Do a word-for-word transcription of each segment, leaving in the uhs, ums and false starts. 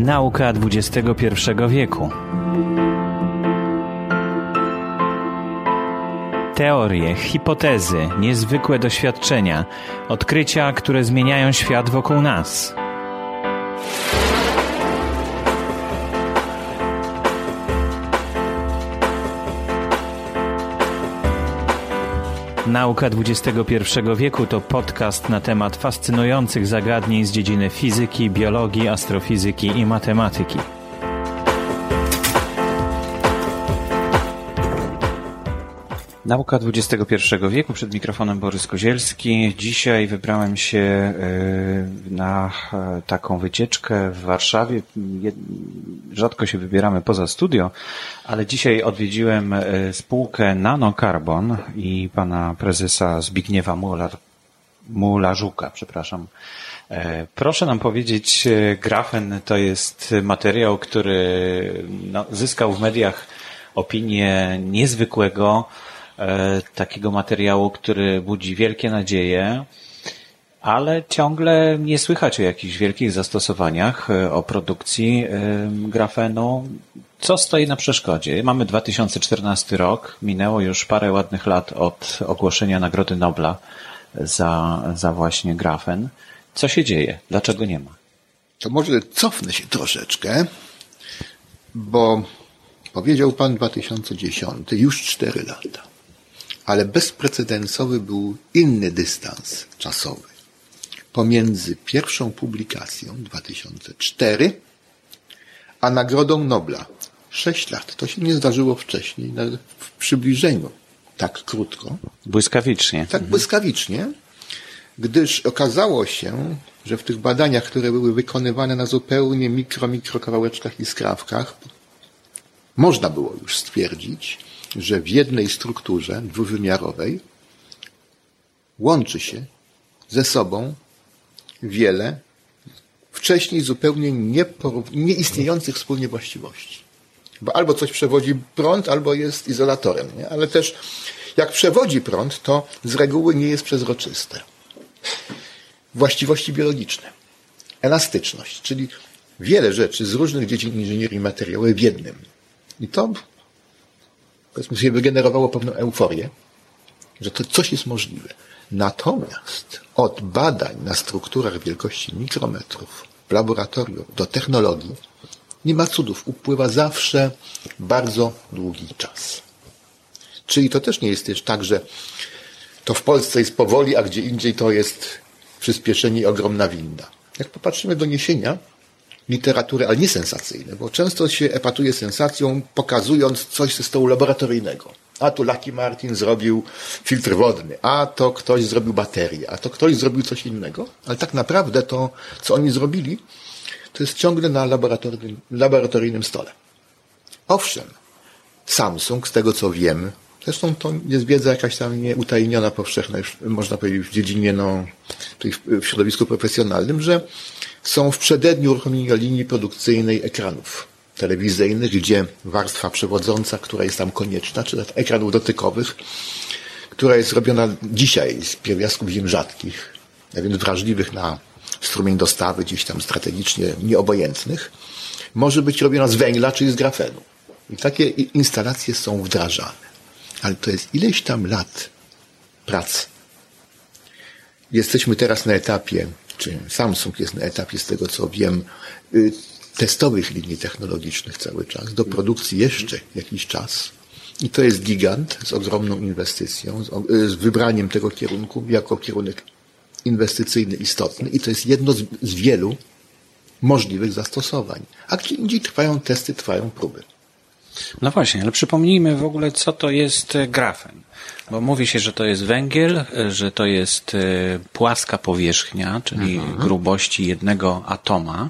Nauka dwudziestego pierwszego wieku. Teorie, hipotezy, niezwykłe doświadczenia, odkrycia, które zmieniają świat wokół nas. Nauka dwudziestego pierwszego wieku to podcast na temat fascynujących zagadnień z dziedziny fizyki, biologii, astrofizyki i matematyki. Nauka dwudziestego pierwszego wieku, przed mikrofonem Borys Kozielski. Dzisiaj wybrałem się na taką wycieczkę w Warszawie. Rzadko się wybieramy poza studio, ale dzisiaj odwiedziłem spółkę Nanocarbon i pana prezesa Zbigniewa Mular, Mularzuka, przepraszam. Proszę nam powiedzieć, grafen to jest materiał, który no, zyskał w mediach opinię niezwykłego, takiego materiału, który budzi wielkie nadzieje, ale ciągle nie słychać o jakichś wielkich zastosowaniach, o produkcji grafenu. Co stoi na przeszkodzie? Mamy dwa tysiące czternasty rok, minęło już parę ładnych lat od ogłoszenia Nagrody Nobla za, za właśnie grafen. Co się dzieje? Dlaczego nie ma? To może cofnę się troszeczkę, bo powiedział pan dwa tysiące dziesiąty, już cztery lata. Ale bezprecedensowy był inny dystans czasowy pomiędzy pierwszą publikacją dwa tysiące czwartym a Nagrodą Nobla. Sześć lat. To się nie zdarzyło wcześniej, nawet w przybliżeniu tak krótko. Błyskawicznie. Tak błyskawicznie, gdyż okazało się, że w tych badaniach, które były wykonywane na zupełnie mikro, mikro kawałeczkach i skrawkach, można było już stwierdzić, że w jednej strukturze dwuwymiarowej łączy się ze sobą wiele wcześniej zupełnie nieistniejących wspólnie właściwości. Bo albo coś przewodzi prąd, albo jest izolatorem, nie? Ale też jak przewodzi prąd, to z reguły nie jest przezroczyste. Właściwości biologiczne. Elastyczność, czyli wiele rzeczy z różnych dziedzin inżynierii materiałowej w jednym. I to, powiedzmy sobie, wygenerowało pewną euforię, że to coś jest możliwe. Natomiast od badań na strukturach wielkości mikrometrów w laboratorium do technologii nie ma cudów. Upływa zawsze bardzo długi czas. Czyli to też nie jest też tak, że to w Polsce jest powoli, a gdzie indziej to jest przyspieszenie i ogromna winda. Jak popatrzymy doniesienia literatury, ale nie sensacyjne, bo często się epatuje sensacją, pokazując coś ze stołu laboratoryjnego. A tu Lucky Martin zrobił filtr wodny, a to ktoś zrobił baterię, a to ktoś zrobił coś innego. Ale tak naprawdę to, co oni zrobili, to jest ciągle na laboratoryjnym, laboratoryjnym stole. Owszem, Samsung, z tego co wiem, zresztą to jest wiedza jakaś tam nieutajniona, powszechna, już można powiedzieć w dziedzinie, no, w środowisku profesjonalnym, że są w przededniu uruchomienia linii produkcyjnej ekranów telewizyjnych, gdzie warstwa przewodząca, która jest tam konieczna, czy ekranów dotykowych, która jest robiona dzisiaj z pierwiastków ziem rzadkich, a więc wrażliwych na strumień dostawy, gdzieś tam strategicznie nieobojętnych, może być robiona z węgla, czyli z grafenu. I takie instalacje są wdrażane. Ale to jest ileś tam lat pracy. Jesteśmy teraz na etapie, czy Samsung jest na etapie, z tego co wiem, testowych linii technologicznych cały czas, do produkcji jeszcze jakiś czas. I to jest gigant z ogromną inwestycją, z, z wybraniem tego kierunku jako kierunek inwestycyjny istotny. I to jest jedno z, z wielu możliwych zastosowań. A gdzie indziej trwają testy, trwają próby. No właśnie, ale przypomnijmy w ogóle, co to jest grafen. Bo mówi się, że to jest węgiel, że to jest płaska powierzchnia, czyli mhm. grubości jednego atoma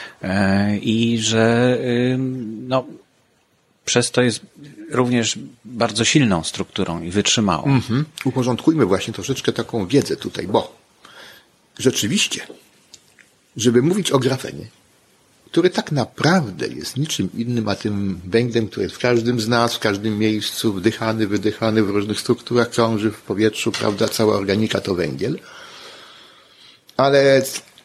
i że no, przez to jest również bardzo silną strukturą i wytrzymałą. Mhm. Uporządkujmy właśnie troszeczkę taką wiedzę tutaj, bo rzeczywiście, żeby mówić o grafenie, który tak naprawdę jest niczym innym, a tym węglem, który jest w każdym z nas, w każdym miejscu, wdychany, wydychany, w różnych strukturach, krąży w powietrzu, prawda, cała organika to węgiel. Ale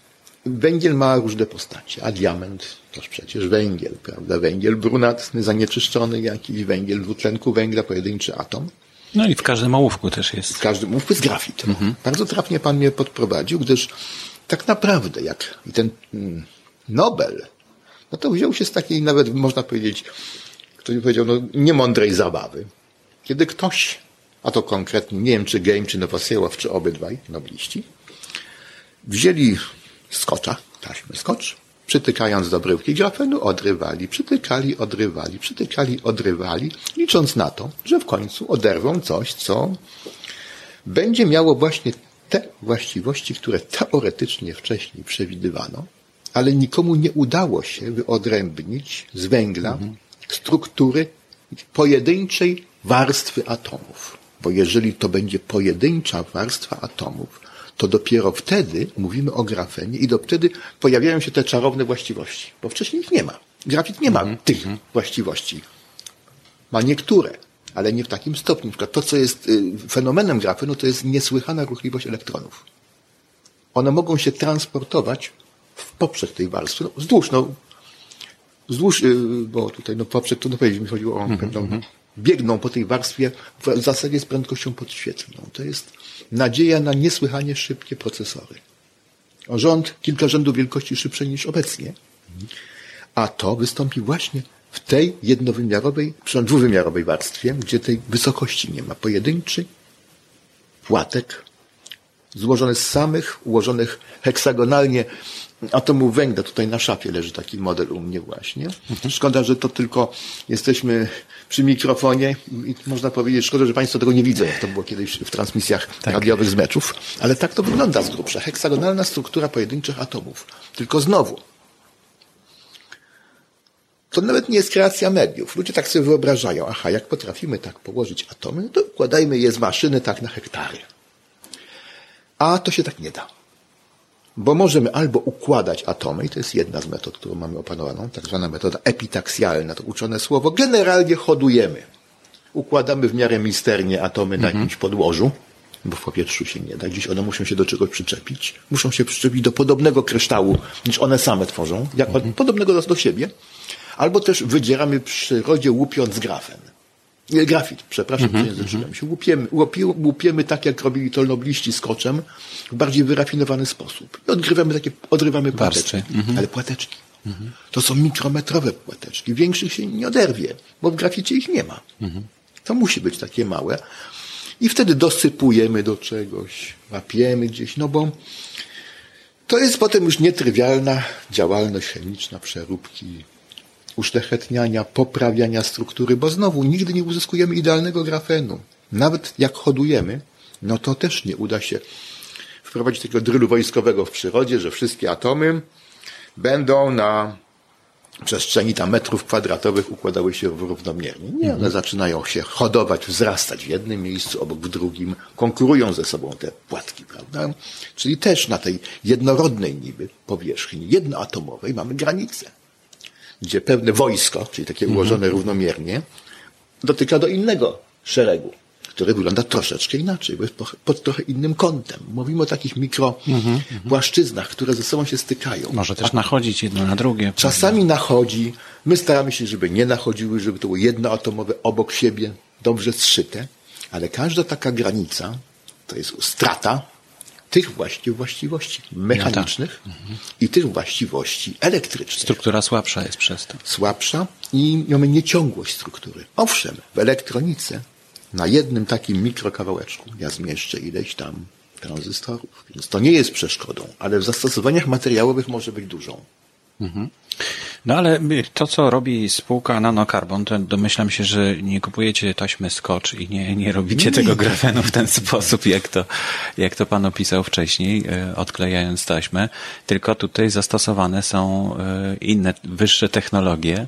węgiel ma różne postacie, a diament toż przecież węgiel, prawda? Węgiel brunatny, zanieczyszczony, jakiś węgiel dwutlenku węgla, pojedynczy atom. No i w każdym ołówku też jest. W każdym ołówku jest grafit. Mhm. Bardzo trafnie pan mnie podprowadził, gdyż tak naprawdę jak i ten mm, Nobel, no to wziął się z takiej nawet, można powiedzieć, ktoś by powiedział, no niemądrej zabawy. Kiedy ktoś, a to konkretnie, nie wiem czy Game, czy Nowosiełow, czy obydwaj nobliści, wzięli skocza, taśmy skocz, przytykając do bryłki grafenu, odrywali, przytykali, odrywali, przytykali, odrywali, licząc na to, że w końcu oderwą coś, co będzie miało właśnie te właściwości, które teoretycznie wcześniej przewidywano, ale nikomu nie udało się wyodrębnić z węgla mhm. struktury pojedynczej warstwy atomów. Bo jeżeli to będzie pojedyncza warstwa atomów, to dopiero wtedy mówimy o grafenie i do wtedy pojawiają się te czarowne właściwości. Bo wcześniej ich nie ma. Grafit nie ma mm-hmm. tych mm-hmm. właściwości. Ma niektóre, ale nie w takim stopniu. Na przykład to, co jest fenomenem grafenu, to jest niesłychana ruchliwość elektronów. One mogą się transportować w poprzek tej warstwy, no, wzdłuż, no, wzdłuż, bo tutaj, no, poprzek, to no powiedzieć, mi chodziło o mm-hmm. pewną, biegną po tej warstwie w zasadzie z prędkością podświetlną. To jest nadzieja na niesłychanie szybkie procesory. O rząd, kilka rzędów wielkości szybsze niż obecnie. A to wystąpi właśnie w tej jednowymiarowej, przynajmniej dwuwymiarowej warstwie, gdzie tej wysokości nie ma. Pojedynczy płatek złożony z samych ułożonych heksagonalnie atomów węgla. Tutaj na szafie leży taki model u mnie właśnie. Szkoda, że to tylko jesteśmy przy mikrofonie i można powiedzieć, szkoda, że Państwo tego nie widzą, jak to było kiedyś w transmisjach tak. radiowych z meczów. Ale tak to wygląda z grubsza. Heksagonalna struktura pojedynczych atomów. Tylko znowu, to nawet nie jest kreacja mediów. Ludzie tak sobie wyobrażają, aha, jak potrafimy tak położyć atomy, to układajmy je z maszyny tak na hektary. A to się tak nie da. Bo możemy albo układać atomy, i to jest jedna z metod, którą mamy opanowaną, tak zwana metoda epitaksjalna, to uczone słowo, generalnie hodujemy. Układamy w miarę misternie atomy na jakimś podłożu, bo w powietrzu się nie da, gdzieś one muszą się do czegoś przyczepić, muszą się przyczepić do podobnego kryształu, niż one same tworzą, jak mhm. podobnego do, do siebie, albo też wydzieramy w przyrodzie łupiąc grafen. Grafit, przepraszam, mm-hmm, przejęzyczyłem się. Łupiemy, łupi, łupiemy tak, jak robili to nobliści skoczem, w bardziej wyrafinowany sposób. I odgrywamy takie, odrywamy płateczki. Mm-hmm. Ale płateczki. Mm-hmm. To są mikrometrowe płateczki. Większych się nie oderwie, bo w graficie ich nie ma. Mm-hmm. To musi być takie małe. I wtedy dosypujemy do czegoś, łapiemy gdzieś, no bo to jest potem już nietrywialna działalność chemiczna, przeróbki, uszlachetniania, poprawiania struktury, bo znowu nigdy nie uzyskujemy idealnego grafenu. Nawet jak hodujemy, no to też nie uda się wprowadzić takiego drylu wojskowego w przyrodzie, że wszystkie atomy będą na przestrzeni tam metrów kwadratowych układały się równomiernie. Nie, one mhm. zaczynają się hodować, wzrastać w jednym miejscu, obok w drugim, konkurują ze sobą te płatki, prawda? Czyli też na tej jednorodnej niby powierzchni jednoatomowej mamy granicę, gdzie pewne wojsko, czyli takie ułożone mm-hmm. równomiernie, dotyka do innego szeregu, który wygląda troszeczkę inaczej, bo jest pod trochę innym kątem. Mówimy o takich mikropłaszczyznach, mm-hmm. które ze sobą się stykają. Może też nachodzić jedno na drugie. Czasami prawda? Nachodzi. My staramy się, żeby nie nachodziły, żeby to było jednoatomowe obok siebie, dobrze zszyte, ale każda taka granica to jest strata tych właśnie właściwości mechanicznych no tak. mhm. i tych właściwości elektrycznych. Struktura słabsza jest przez to. Słabsza i mamy nieciągłość struktury. Owszem, w elektronice na jednym takim mikrokawałeczku ja zmieszczę ileś tam tranzystorów, więc to nie jest przeszkodą, ale w zastosowaniach materiałowych może być dużą. Mhm. No ale to, co robi spółka Nanocarbon, to domyślam się, że nie kupujecie taśmy Scotch i nie, nie robicie nie. tego grafenu w ten sposób, jak to, jak to pan opisał wcześniej, odklejając taśmę, tylko tutaj zastosowane są inne, wyższe technologie.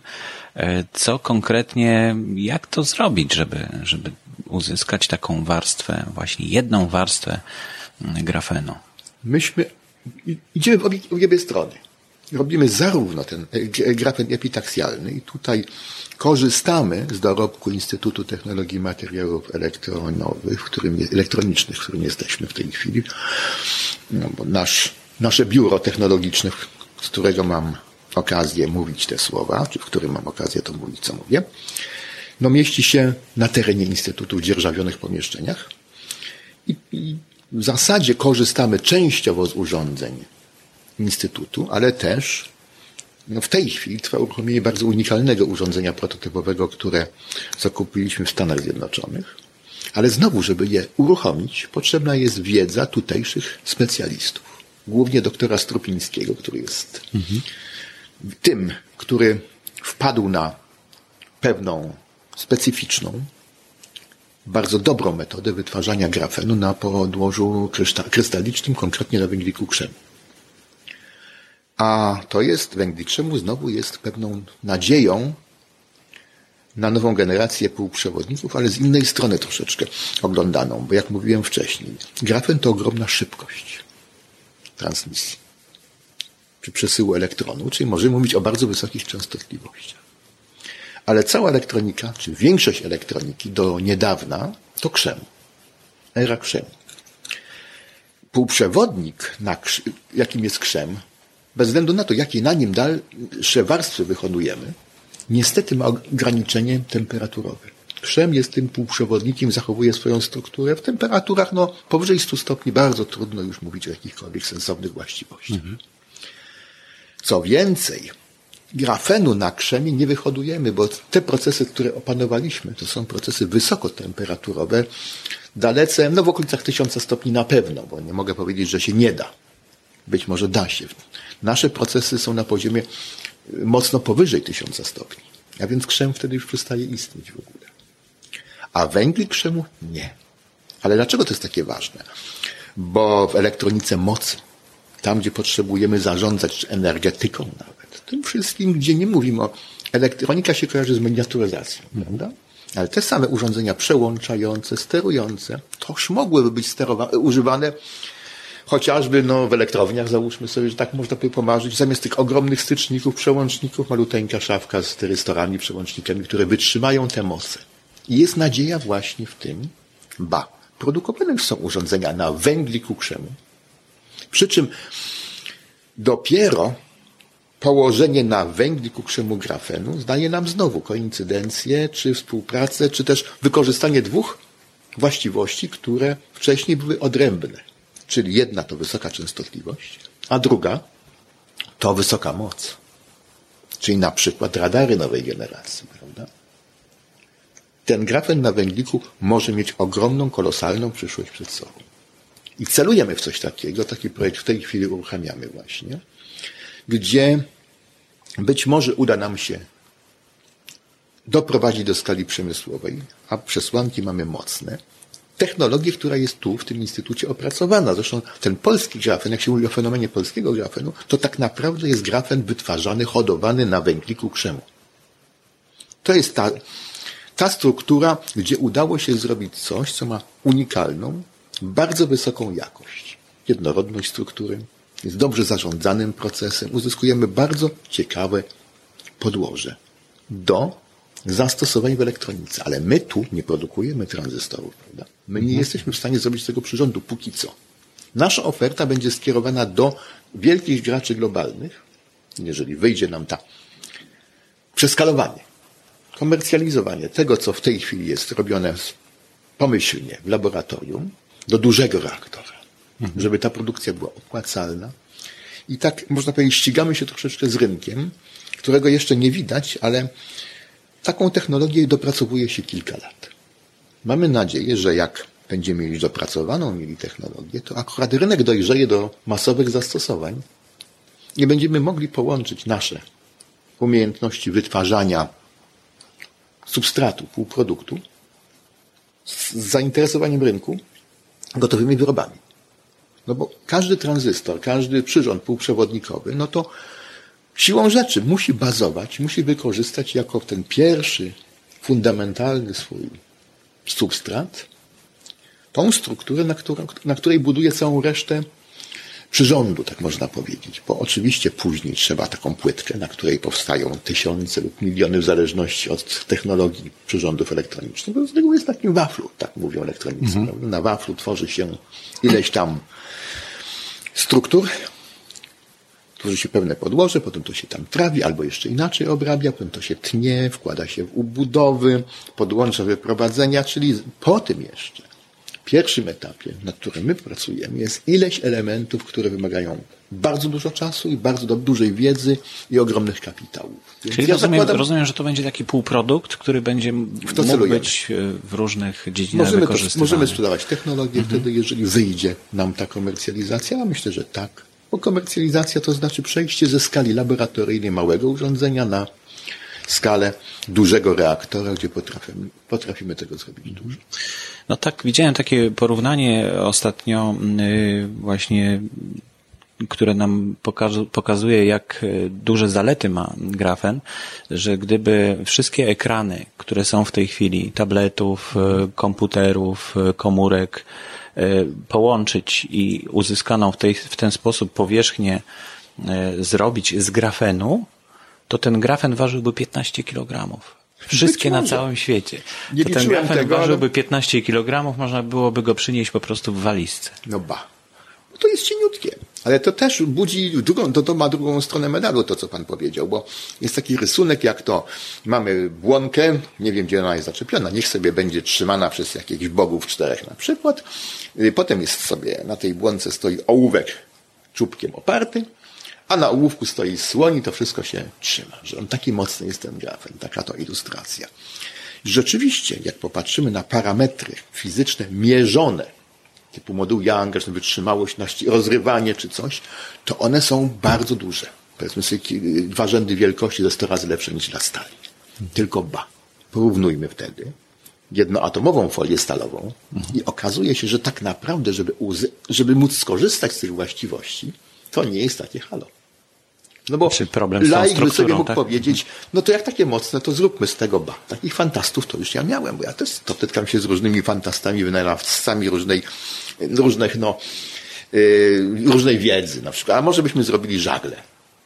Co konkretnie, jak to zrobić, żeby, żeby uzyskać taką warstwę, właśnie jedną warstwę grafenu? Myśmy idziemy w obie, w obie strony. Robimy zarówno ten grafen epitaksjalny i tutaj korzystamy z dorobku Instytutu Technologii Materiałów Elektronowych, w którym jest, elektronicznych, w którym jesteśmy w tej chwili, no bo nasz nasze biuro technologiczne, z którego mam okazję mówić te słowa, czy w którym mam okazję to mówić, co mówię, no mieści się na terenie Instytutu w dzierżawionych pomieszczeniach i, i w zasadzie korzystamy częściowo z urządzeń Instytutu, ale też no w tej chwili trwa uruchomienie bardzo unikalnego urządzenia prototypowego, które zakupiliśmy w Stanach Zjednoczonych. Ale znowu, żeby je uruchomić, potrzebna jest wiedza tutejszych specjalistów. Głównie doktora Strupińskiego, który jest mhm. tym, który wpadł na pewną specyficzną, bardzo dobrą metodę wytwarzania grafenu na podłożu krystalicznym, konkretnie na węgliku krzemu. A to jest, węglik krzemu znowu jest pewną nadzieją na nową generację półprzewodników, ale z innej strony troszeczkę oglądaną, bo jak mówiłem wcześniej, grafen to ogromna szybkość transmisji czy przesyłu elektronu, czyli możemy mówić o bardzo wysokich częstotliwościach. Ale cała elektronika, czy większość elektroniki do niedawna to krzem. Era krzemu. Półprzewodnik, na krz- jakim jest krzem, bez względu na to, jakie na nim dalsze warstwy wyhodujemy, niestety ma ograniczenie temperaturowe. Krzem jest tym półprzewodnikiem, zachowuje swoją strukturę. W temperaturach no, powyżej stu stopni bardzo trudno już mówić o jakichkolwiek sensownych właściwościach. Mhm. Co więcej, grafenu na krzemie nie wyhodujemy, bo te procesy, które opanowaliśmy, to są procesy wysokotemperaturowe, dalece, no w okolicach tysiąca stopni na pewno, bo nie mogę powiedzieć, że się nie da. Być może da się. Nasze procesy są na poziomie mocno powyżej tysiąca stopni, a więc krzem wtedy już przestaje istnieć w ogóle. A węglik krzemu nie. Ale dlaczego to jest takie ważne? Bo w elektronice mocy, tam gdzie potrzebujemy zarządzać energetyką nawet, tym wszystkim, gdzie nie mówimy o... Elektronika się kojarzy z miniaturyzacją, prawda? Ale te same urządzenia przełączające, sterujące, toż mogłyby być sterowane, używane chociażby no, w elektrowniach, załóżmy sobie, że tak można by pomarzyć, zamiast tych ogromnych styczników, przełączników, maluteńka szafka z tyrystorami, przełącznikami, które wytrzymają te moce. I jest nadzieja właśnie w tym, ba, produkowane już są urządzenia na węgliku krzemu. Przy czym dopiero położenie na węgliku krzemu grafenu zdaje nam znowu koincydencję, czy współpracę, czy też wykorzystanie dwóch właściwości, które wcześniej były odrębne. Czyli jedna to wysoka częstotliwość, a druga to wysoka moc. Czyli na przykład radary nowej generacji, prawda? Ten grafen na węgliku może mieć ogromną, kolosalną przyszłość przed sobą. I celujemy w coś takiego, taki projekt w tej chwili uruchamiamy właśnie, gdzie być może uda nam się doprowadzić do skali przemysłowej, a przesłanki mamy mocne, technologię, która jest tu, w tym instytucie opracowana. Zresztą ten polski grafen, jak się mówi o fenomenie polskiego grafenu, to tak naprawdę jest grafen wytwarzany, hodowany na węgliku krzemu. To jest ta, ta struktura, gdzie udało się zrobić coś, co ma unikalną, bardzo wysoką jakość. Jednorodność struktury, jest dobrze zarządzanym procesem. Uzyskujemy bardzo ciekawe podłoże do zastosowań w elektronice. Ale my tu nie produkujemy tranzystorów, prawda? My nie mhm. jesteśmy w stanie zrobić tego przyrządu póki co. Nasza oferta będzie skierowana do wielkich graczy globalnych, jeżeli wyjdzie nam ta przeskalowanie, komercjalizowanie tego, co w tej chwili jest robione pomyślnie w laboratorium, do dużego reaktora, mhm. żeby ta produkcja była opłacalna. I tak, można powiedzieć, ścigamy się troszeczkę z rynkiem, którego jeszcze nie widać, ale taką technologię dopracowuje się kilka lat. Mamy nadzieję, że jak będziemy mieli dopracowaną mieli technologię, to akurat rynek dojrzeje do masowych zastosowań i będziemy mogli połączyć nasze umiejętności wytwarzania substratu, półproduktu z zainteresowaniem rynku gotowymi wyrobami. No bo każdy tranzystor, każdy przyrząd półprzewodnikowy, no to siłą rzeczy musi bazować, musi wykorzystać jako ten pierwszy, fundamentalny swój substrat tą strukturę, na, którą, na której buduje całą resztę przyrządu, tak można powiedzieć. Bo oczywiście później trzeba taką płytkę, na której powstają tysiące lub miliony w zależności od technologii przyrządów elektronicznych. Bo z tego jest takim waflu, tak mówią elektronicy. Mhm. Na waflu tworzy się ileś tam struktur tworzy się pewne podłoże, potem to się tam trawi, albo jeszcze inaczej obrabia, potem to się tnie, wkłada się w ubudowy, podłącza wyprowadzenia, czyli po tym jeszcze, w pierwszym etapie, nad którym my pracujemy, jest ileś elementów, które wymagają bardzo dużo czasu i bardzo do dużej wiedzy i ogromnych kapitałów. Więc Czyli ja rozumiem, zakładam, rozumiem, że to będzie taki półprodukt, który będzie w to mógł celujemy. być w różnych dziedzinach Możemy, to, wykorzystywany. możemy sprzedawać technologię mhm. wtedy, jeżeli wyjdzie nam ta komercjalizacja, a myślę, że tak. Bo komercjalizacja to znaczy przejście ze skali laboratoryjnej małego urządzenia na skalę dużego reaktora, gdzie potrafimy, potrafimy tego zrobić dużo. No tak, widziałem takie porównanie ostatnio yy, właśnie, które nam pokazu, pokazuje, jak duże zalety ma grafen, że gdyby wszystkie ekrany, które są w tej chwili, tabletów, komputerów, komórek, połączyć i uzyskaną w, tej, w ten sposób powierzchnię zrobić z grafenu, to ten grafen ważyłby piętnaście kilogramów. Wszystkie na całym świecie. Nie to ten grafen tego, ważyłby ale... piętnaście kilogramów, można byłoby go przynieść po prostu w walizce. No ba. To jest cieniutkie. Ale to też budzi drugą, to, to ma drugą stronę medalu, to co pan powiedział, bo jest taki rysunek, jak to mamy błonkę, nie wiem gdzie ona jest zaczepiona, niech sobie będzie trzymana przez jakichś bogów czterech na przykład. Potem jest sobie, na tej błonce stoi ołówek czubkiem oparty, a na ołówku stoi słoń i to wszystko się trzyma, że on taki mocny jest ten grafen, taka to ilustracja. Rzeczywiście, jak popatrzymy na parametry fizyczne mierzone, typu moduł Younga, czy wytrzymałość, rozrywanie czy coś, to one są bardzo duże. Powiedzmy sobie dwa rzędy wielkości ze sto razy lepsze niż dla stali. Tylko ba. Porównujmy wtedy jednoatomową folię stalową mhm. i okazuje się, że tak naprawdę, żeby, uzy- żeby móc skorzystać z tych właściwości, to nie jest takie halo. No bo laik by sobie mógł tak? powiedzieć, no to jak takie mocne, to zróbmy z tego ba. Takich fantastów to już ja miałem, bo ja też spotykam się z różnymi fantastami, wynalazcami różnej, różnych, no, yy, różnej wiedzy na przykład. A może byśmy zrobili żagle.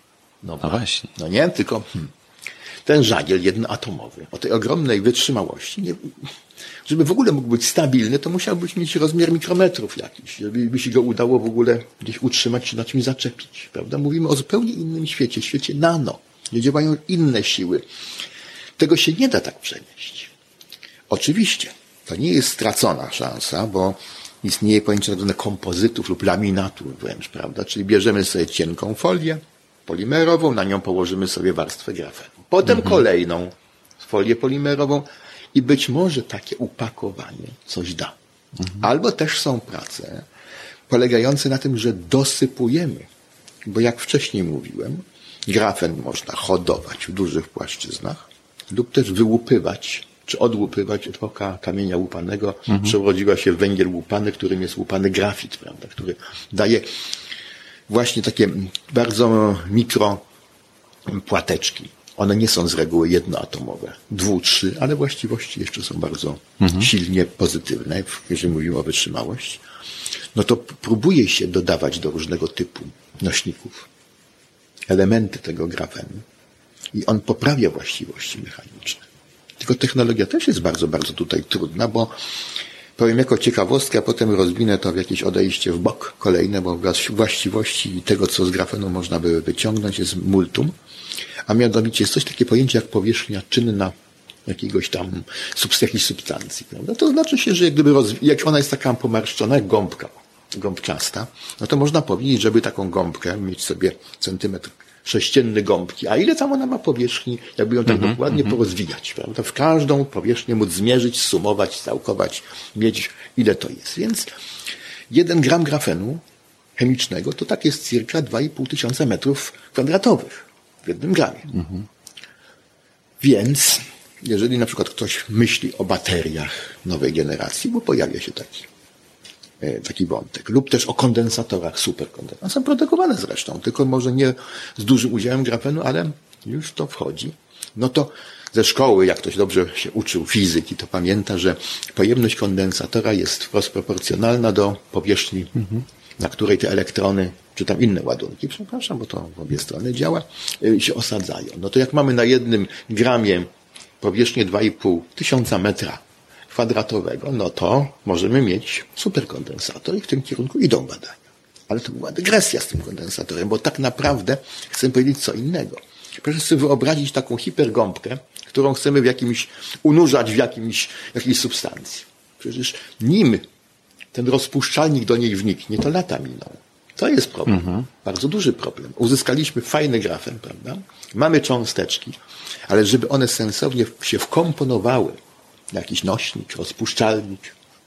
No, no właśnie. No nie, tylko hmm, ten żagiel jednoatomowy o tej ogromnej wytrzymałości, nie, żeby w ogóle mógł być stabilny, to musiałbyś mieć rozmiar mikrometrów jakiś, żeby by się go udało w ogóle gdzieś utrzymać czy na czymś zaczepić, prawda? Mówimy o zupełnie innym świecie, świecie nano, gdzie działają inne siły. Tego się nie da tak przenieść. Oczywiście, to nie jest stracona szansa, bo istnieje pojęcie tak zwane kompozytów lub laminatur wręcz, prawda? Czyli bierzemy sobie cienką folię polimerową, na nią położymy sobie warstwę grafenu. Potem mhm. kolejną folię polimerową, i być może takie upakowanie coś da. Mhm. Albo też są prace polegające na tym, że dosypujemy. Bo jak wcześniej mówiłem, grafen można hodować w dużych płaszczyznach lub też wyłupywać, czy odłupywać od oka kamienia łupanego. Mhm. Przerodziła się węgiel łupany, którym jest łupany grafit, prawda, który daje właśnie takie bardzo mikro płateczki. One nie są z reguły jednoatomowe, dwu, trzy, ale właściwości jeszcze są bardzo mhm. silnie pozytywne, jeżeli mówimy o wytrzymałości. No to próbuje się dodawać do różnego typu nośników elementy tego grafenu i on poprawia właściwości mechaniczne. Tylko technologia też jest bardzo, bardzo tutaj trudna, bo powiem jako ciekawostkę, a potem rozwinę to w jakieś odejście w bok kolejne, bo właściwości tego, co z grafenu można by wyciągnąć, jest multum. A mianowicie jest coś takie pojęcie jak powierzchnia czynna jakiegoś tam jakiejś substancji. Prawda? To znaczy się, że jak gdyby rozwi- jak ona jest taka pomarszczona jak gąbka, gąbczasta, no to można powiedzieć, żeby taką gąbkę mieć sobie centymetr sześcienny gąbki, a ile tam ona ma powierzchni, jakby ją tak mm-hmm, dokładnie mm-hmm. porozwijać, prawda? W każdą powierzchnię móc zmierzyć, sumować, całkować, mieć ile to jest. Więc jeden gram grafenu chemicznego to tak jest cirka dwa i pół tysiąca metrów kwadratowych. W jednym gramie. Mhm. Więc jeżeli na przykład ktoś myśli o bateriach nowej generacji, bo pojawia się taki, taki wątek, lub też o kondensatorach, superkondensatorach, są produkowane zresztą, tylko może nie z dużym udziałem grafenu, ale już to wchodzi, no to ze szkoły, jak ktoś dobrze się uczył fizyki, to pamięta, że pojemność kondensatora jest wprost proporcjonalna do powierzchni, mhm. na której te elektrony, czy tam inne ładunki, przepraszam, bo to w obie strony działa, się osadzają. No to jak mamy na jednym gramie powierzchnię dwa i pół tysiąca metra kwadratowego, no to możemy mieć superkondensator i w tym kierunku idą badania. Ale to była dygresja z tym kondensatorem, bo tak naprawdę chcę powiedzieć co innego. Proszę sobie wyobrazić taką hipergąbkę, którą chcemy w jakimś, unurzać w jakimś, jakiejś substancji. Przecież nim ten rozpuszczalnik do niej wniknie, to lata miną. To jest problem. Mhm. Bardzo duży problem. Uzyskaliśmy fajny grafen, prawda? Mamy cząsteczki, ale żeby one sensownie się wkomponowały w jakiś nośnik, rozpuszczalnik,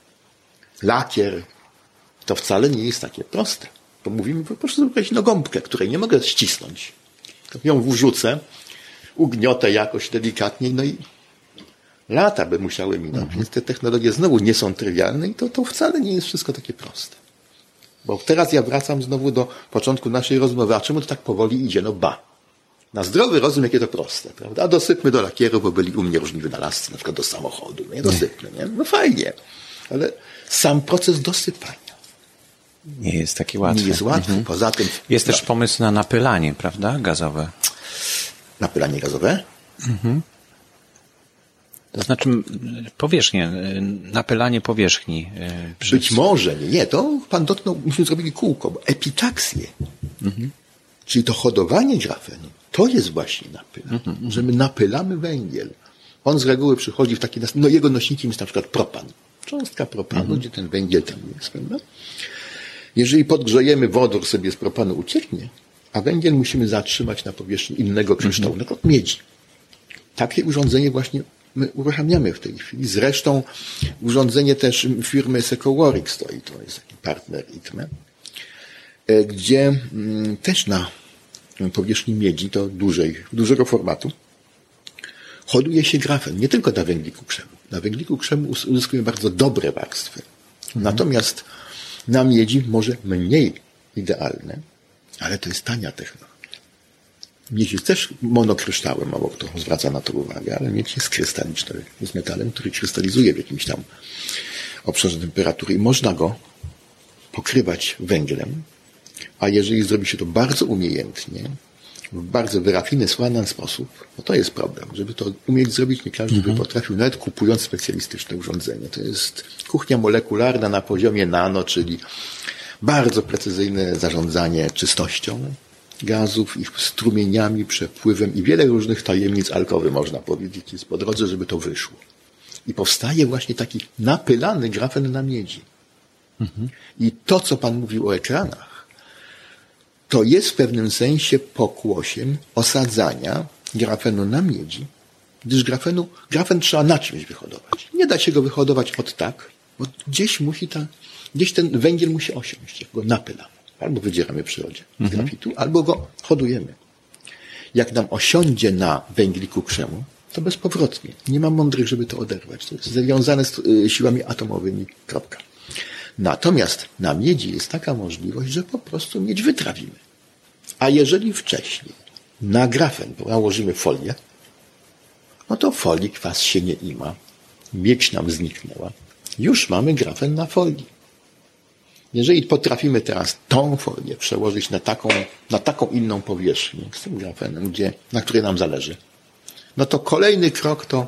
lakier, to wcale nie jest takie proste. Bo mówimy po prostu wyobrazić no gąbkę, której nie mogę ścisnąć. To ją wrzucę, ugniotę jakoś delikatnie, no i lata by musiały minąć. Mhm. Więc te technologie znowu nie są trywialne i to, to wcale nie jest wszystko takie proste. Bo teraz ja wracam znowu do początku naszej rozmowy. A czemu to tak powoli idzie? No ba. Na zdrowy rozum, jakie to proste, prawda? A dosypmy do lakieru, bo byli u mnie różni wynalazcy, na przykład do samochodu. No nie dosypmy, nie? No fajnie. Ale sam proces dosypania nie jest taki łatwy. Nie jest łatwy. Mhm. Poza tym... Jest no, też pomysł na napylanie, prawda? Gazowe. Napylanie gazowe? Mhm. To znaczy powierzchnię, napylanie powierzchni. Przez... Być może, nie, nie, to pan dotknął, myśmy zrobili kółko, bo epitaksję, mhm. czyli to hodowanie grafenu, to jest właśnie napylanie, mhm. że my napylamy węgiel. On z reguły przychodzi w taki, no jego nośnikiem jest na przykład propan. Cząstka propanu, mhm. gdzie ten węgiel tam jest, prawda? Jeżeli podgrzejemy wodór sobie z propanu ucieknie, a węgiel musimy zatrzymać na powierzchni innego kryształu, mhm. na przykład miedzi. Takie urządzenie właśnie my uruchamiamy w tej chwili. Zresztą urządzenie też firmy Secowork stoi, to jest taki partner I T M E, gdzie też na powierzchni miedzi, to dużej, dużego formatu, hoduje się grafen, nie tylko na węgliku krzemu. Na węgliku krzemu uzyskujemy bardzo dobre warstwy. Mhm. Natomiast na miedzi może mniej idealne, ale to jest tania technologia. Miedź jest też monokryształem, mało kto zwraca na to uwagę, ale miedź jest krystaliczny, jest metalem, który krystalizuje w jakimś tam obszarze temperatury i można go pokrywać węglem, a jeżeli zrobi się to bardzo umiejętnie, w bardzo wyrafinowany sposób, no to jest problem. Żeby to umieć zrobić, nie każdy mhm. by potrafił, nawet kupując specjalistyczne urządzenie. To jest kuchnia molekularna na poziomie nano, czyli bardzo precyzyjne zarządzanie czystością gazów, ich strumieniami, przepływem i wiele różnych tajemnic alkowy, można powiedzieć, jest po drodze, żeby to wyszło. I powstaje właśnie taki napylany grafen na miedzi. Mhm. I to, co pan mówił o ekranach, to jest w pewnym sensie pokłosiem osadzania grafenu na miedzi, gdyż grafenu, grafen trzeba na czymś wyhodować. Nie da się go wyhodować od tak, bo gdzieś musi ta, gdzieś ten węgiel musi osiąść, jak go napylamy. Albo wydzieramy w przyrodzie z mhm. grafitu, albo go hodujemy. Jak nam osiądzie na węgliku krzemu, to bezpowrotnie. Nie ma mądrych, żeby to oderwać. To jest związane z y, siłami atomowymi. Kropka. Natomiast na miedzi jest taka możliwość, że po prostu miedź wytrawimy. A jeżeli wcześniej na grafen nałożymy folię, no to folii kwas się nie ima. Miedź nam zniknęła. Już mamy grafen na folii. Jeżeli potrafimy teraz tą folię przełożyć na taką, na taką inną powierzchnię z tym grafenem, gdzie, na której nam zależy, no to kolejny krok to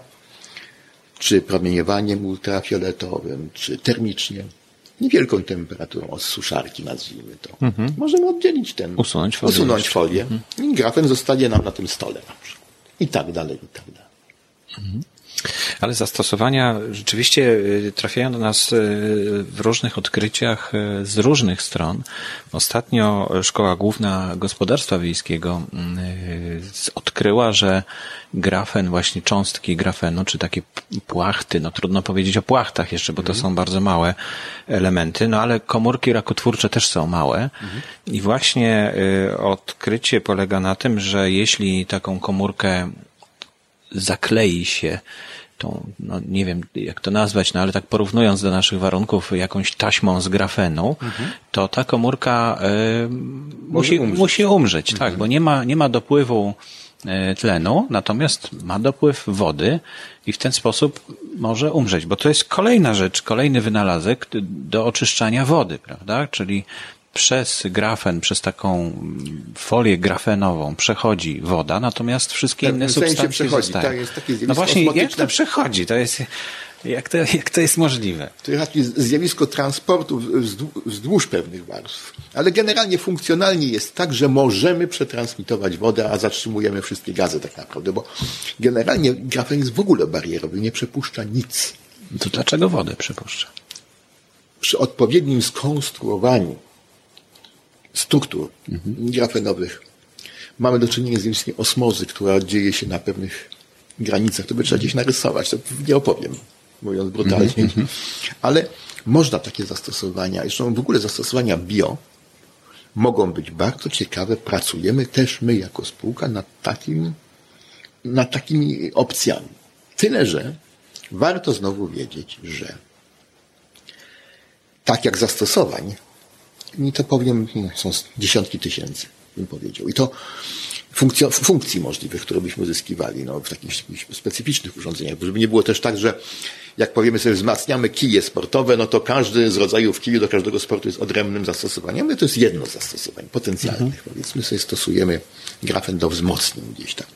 czy promieniowaniem ultrafioletowym, czy termicznie, niewielką temperaturą od suszarki, nazwijmy to. Mhm. Możemy oddzielić ten, usunąć folię. Usunąć folię mhm. I grafen zostanie nam na tym stole na przykład. I tak dalej, i tak dalej. Mhm. Ale zastosowania rzeczywiście trafiają do nas w różnych odkryciach z różnych stron. Ostatnio Szkoła Główna Gospodarstwa Wiejskiego odkryła, że grafen, właśnie cząstki grafenu, czy takie płachty, no trudno powiedzieć o płachtach jeszcze, bo to mhm. są bardzo małe elementy, no ale komórki rakotwórcze też są małe. Mhm. I właśnie odkrycie polega na tym, że jeśli taką komórkę zaklei się tą, no nie wiem jak to nazwać, no ale tak porównując do naszych warunków jakąś taśmą z grafenu, mhm. to ta komórka y, musi umrzeć, musi umrzeć mhm. tak, bo nie ma, nie ma dopływu y, tlenu, natomiast ma dopływ wody i w ten sposób może umrzeć, bo to jest kolejna rzecz, kolejny wynalazek do oczyszczania wody, prawda, czyli przez grafen, przez taką folię grafenową przechodzi woda, natomiast wszystkie inne substancje zostają. Tak, jest takie no właśnie, jak to przechodzi? To jest, Jak to, jak to jest możliwe? To jest takie zjawisko transportu wzdłuż pewnych warstw. Ale generalnie funkcjonalnie jest tak, że możemy przetransmitować wodę, a zatrzymujemy wszystkie gazy tak naprawdę, bo generalnie grafen jest w ogóle barierowy, nie przepuszcza nic. To dlaczego wodę przepuszcza? Przy odpowiednim skonstruowaniu struktur mhm. grafenowych mamy do czynienia z zjawiskiem osmozy, która dzieje się na pewnych granicach. To by trzeba gdzieś narysować, to nie opowiem, mówiąc brutalnie. Mm-hmm. Ale można takie zastosowania, zresztą w ogóle zastosowania bio mogą być bardzo ciekawe. Pracujemy też my jako spółka nad takim, nad takimi opcjami. Tyle, że warto znowu wiedzieć, że tak jak zastosowań, i to powiem, są dziesiątki tysięcy, bym powiedział. I to funkcji, funkcji możliwych, które byśmy uzyskiwali no, w takich specyficznych urządzeniach. Żeby nie było też tak, że jak powiemy sobie wzmacniamy kije sportowe, no to każdy z rodzajów kiju do każdego sportu jest odrębnym zastosowaniem. No to jest jedno z zastosowań potencjalnych. Mhm. Powiedzmy sobie stosujemy grafen do wzmocnień gdzieś tam.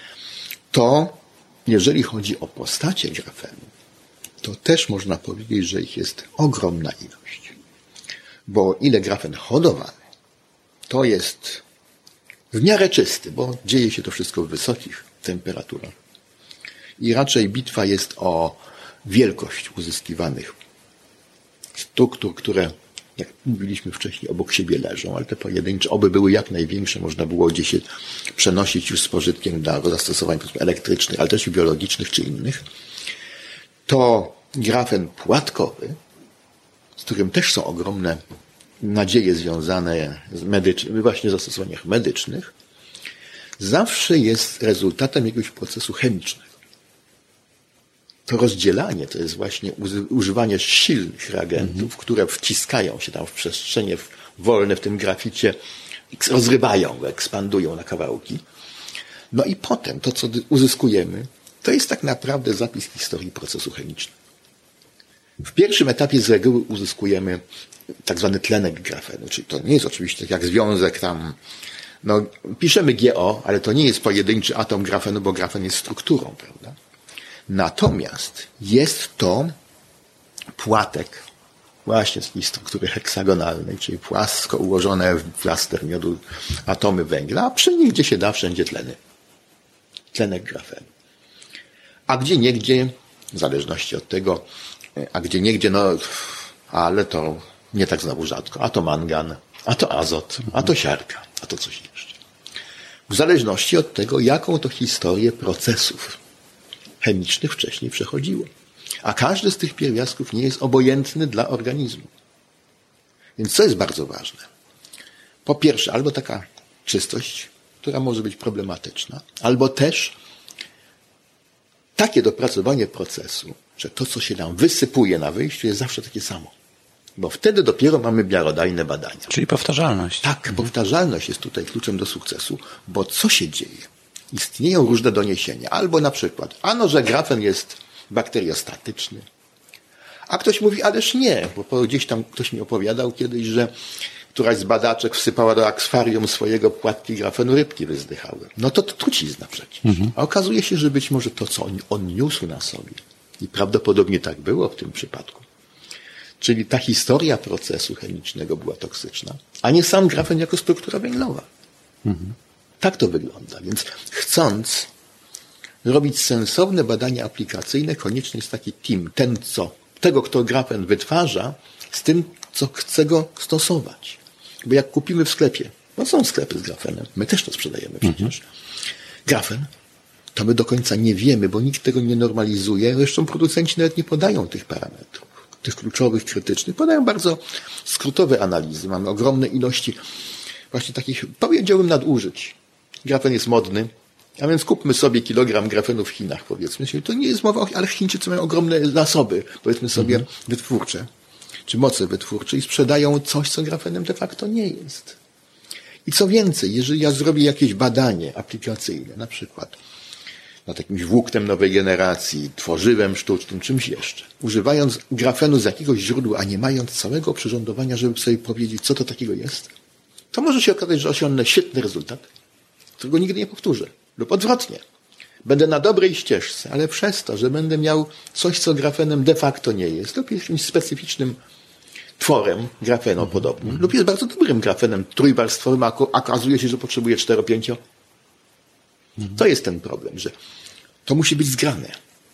To jeżeli chodzi o postacie grafenu, to też można powiedzieć, że ich jest ogromna ilość. Bo ile grafen hodowany, to jest w miarę czysty, bo dzieje się to wszystko w wysokich temperaturach. I raczej bitwa jest o wielkość uzyskiwanych struktur, które, jak mówiliśmy wcześniej, obok siebie leżą, ale te pojedyncze, oby były jak największe, można było gdzieś się przenosić już z pożytkiem dla zastosowań elektrycznych, ale też i biologicznych czy innych. To grafen płatkowy, z którym też są ogromne nadzieje związane z medycznymi, właśnie w zastosowaniach medycznych, zawsze jest rezultatem jakiegoś procesu chemicznego. To rozdzielanie to jest właśnie używanie silnych reagentów, mm-hmm. które wciskają się tam w przestrzenie wolne w tym graficie, rozrywają go, ekspandują na kawałki. No i potem to, co uzyskujemy, to jest tak naprawdę zapis historii procesu chemicznego. W pierwszym etapie z reguły uzyskujemy tak zwany tlenek grafenu, czyli to nie jest oczywiście tak jak związek tam, no piszemy G O, ale to nie jest pojedynczy atom grafenu, bo grafen jest strukturą, prawda? Natomiast jest to płatek właśnie z tej struktury heksagonalnej, czyli płasko ułożone w plaster miodu atomy węgla, a przy nich gdzie się da wszędzie tleny. Tlenek grafenu. A gdzie niegdzie, w zależności od tego, a gdzie niegdzie, no ale to nie tak znowu rzadko, a to mangan, a to azot, a to siarka, a to coś jeszcze. W zależności od tego, jaką to historię procesów chemicznych wcześniej przechodziło. A każdy z tych pierwiastków nie jest obojętny dla organizmu. Więc co jest bardzo ważne? Po pierwsze, albo taka czystość, która może być problematyczna, albo też takie dopracowanie procesu, że to, co się nam wysypuje na wyjściu, jest zawsze takie samo. Bo wtedy dopiero mamy miarodajne badania. Czyli powtarzalność. Tak, mhm. powtarzalność jest tutaj kluczem do sukcesu, bo co się dzieje? Istnieją różne doniesienia. Albo na przykład, ano, że grafen jest bakteriostatyczny. A ktoś mówi, ależ nie, bo gdzieś tam ktoś mi opowiadał kiedyś, że któraś z badaczek wsypała do akwarium swojego płatki grafenu, rybki wyzdychały. No to, to trucizna przecież. Mhm. A okazuje się, że być może to, co on, on niósł na sobie, i prawdopodobnie tak było w tym przypadku, czyli ta historia procesu chemicznego była toksyczna, a nie sam grafen jako struktura węglowa. Mhm. Tak to wygląda. Więc chcąc robić sensowne badania aplikacyjne, konieczny jest taki team. Ten, co, tego, kto grafen wytwarza, z tym, co chce go stosować. Bo jak kupimy w sklepie, no są sklepy z grafenem, my też to sprzedajemy przecież. Mhm. Grafen, to my do końca nie wiemy, bo nikt tego nie normalizuje. Zresztą producenci nawet nie podają tych parametrów, tych kluczowych, krytycznych. Podają bardzo skrótowe analizy. Mamy ogromne ilości właśnie takich, powiedziałbym, nadużyć. Grafen jest modny, a więc kupmy sobie kilogram grafenu w Chinach, powiedzmy. To nie jest mowa, ale Chińczycy mają ogromne zasoby, powiedzmy sobie, mhm. wytwórcze, czy moce wytwórcze i sprzedają coś, co grafenem de facto nie jest. I co więcej, jeżeli ja zrobię jakieś badanie aplikacyjne, na przykład nad jakimś włóknem nowej generacji, tworzywem sztucznym, czymś jeszcze, używając grafenu z jakiegoś źródła, a nie mając całego oprzyrządowania, żeby sobie powiedzieć, co to takiego jest, to może się okazać, że osiągnę świetny rezultat, którego nigdy nie powtórzę. Lub odwrotnie. Będę na dobrej ścieżce, ale przez to, że będę miał coś, co grafenem de facto nie jest, lub jakimś specyficznym tworem grafenopodobnym, lub jest bardzo dobrym grafenem trójwarstwowym, a okazuje się, że potrzebuje cztero pięcio. To jest ten problem, że to musi być zgrane.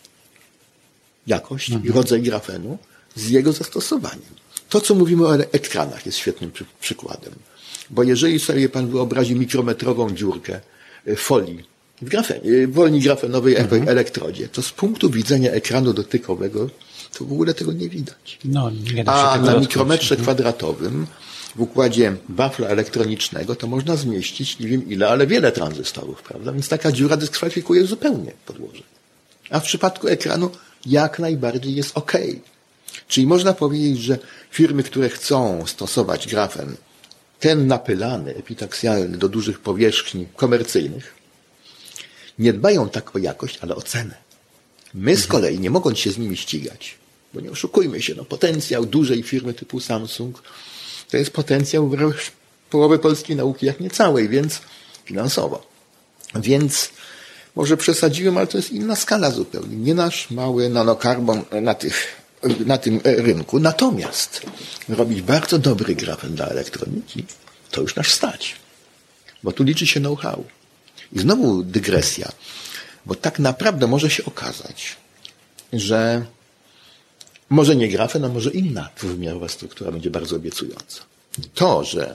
Jakość i rodzaj grafenu z jego zastosowaniem. To, co mówimy o ekranach, jest świetnym przy, przykładem. Bo jeżeli sobie pan wyobrazi mikrometrową dziurkę folii w grafenie, wolni grafenowej mhm. elektrodzie, to z punktu widzenia ekranu dotykowego to w ogóle tego nie widać. No, nie da się A tego na dotknąć. mikrometrze kwadratowym w układzie wafla elektronicznego to można zmieścić nie wiem ile, ale wiele tranzystorów, prawda? Więc taka dziura dyskwalifikuje zupełnie podłoże. A w przypadku ekranu jak najbardziej jest ok. Czyli można powiedzieć, że firmy, które chcą stosować grafen, ten napylany, epitaksjalny do dużych powierzchni komercyjnych, nie dbają tak o jakość, ale o cenę. My z kolei, nie mogąc się z nimi ścigać, bo nie oszukujmy się, no potencjał dużej firmy typu Samsung to jest potencjał wręcz połowy polskiej nauki, jak nie całej, więc finansowo. Więc może przesadziłem, ale to jest inna skala zupełnie. Nie nasz mały nanokarbon na, tych, na tym rynku. Natomiast robić bardzo dobry grafen dla elektroniki, to już nas stać. Bo tu liczy się know-how. I znowu dygresja. Bo tak naprawdę może się okazać, że może nie grafen, a może inna dwuwymiarowa struktura będzie bardzo obiecująca. To, że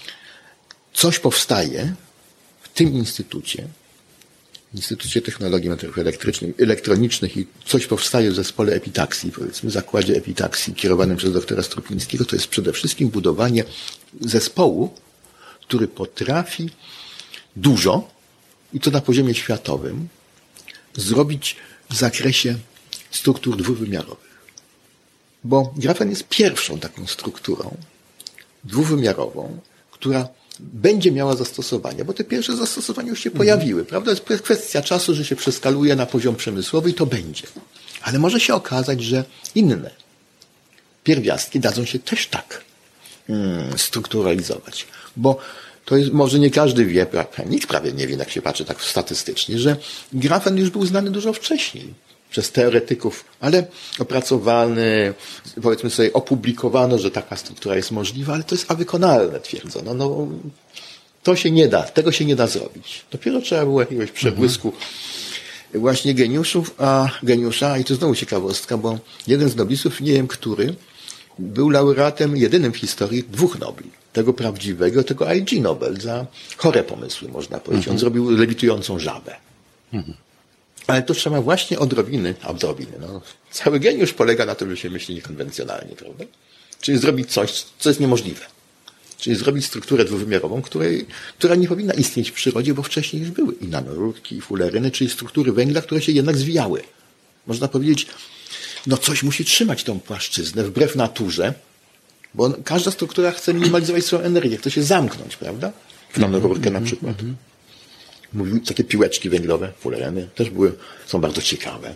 coś powstaje w tym instytucie, Instytucie Technologii Materiałów Elektronicznych i coś powstaje w zespole epitaksji, powiedzmy, zakładzie epitaksji kierowanym przez doktora Strupińskiego, to jest przede wszystkim budowanie zespołu, który potrafi dużo, i to na poziomie światowym, zrobić w zakresie struktur dwuwymiarowych. Bo grafen jest pierwszą taką strukturą dwuwymiarową, która będzie miała zastosowanie, bo te pierwsze zastosowania już się pojawiły, prawda? Jest kwestia czasu, że się przeskaluje na poziom przemysłowy i to będzie. Ale może się okazać, że inne pierwiastki dadzą się też tak hmm, strukturalizować. Bo to jest, może nie każdy wie, nikt prawie nie wie, jak się patrzy tak statystycznie, że grafen już był znany dużo wcześniej przez teoretyków, ale opracowany, powiedzmy sobie, opublikowano, że taka struktura jest możliwa, ale to jest awykonalne, twierdzono. No, to się nie da, tego się nie da zrobić. Dopiero trzeba było jakiegoś przebłysku mhm. właśnie geniuszów, a geniusza, i to znowu ciekawostka, bo jeden z noblistów, nie wiem który, był laureatem jedynym w historii dwóch Nobli. Tego prawdziwego, tego I G Nobel za chore pomysły, można powiedzieć. Mhm. On zrobił lewitującą żabę. Mhm. Ale to trzeba właśnie odrobiny, a odrobiny, no. Cały geniusz polega na tym, że się myśli niekonwencjonalnie, prawda? Czyli zrobić coś, co jest niemożliwe. Czyli zrobić strukturę dwuwymiarową, której, która nie powinna istnieć w przyrodzie, bo wcześniej już były i nanorurki, i fuleryny, czyli struktury węgla, które się jednak zwijały. Można powiedzieć, no coś musi trzymać tą płaszczyznę wbrew naturze, bo każda struktura chce minimalizować swoją energię, chce się zamknąć, prawda? W nanorurkę na przykład. Mówiły, takie piłeczki węglowe, fulereny, też były, są bardzo ciekawe.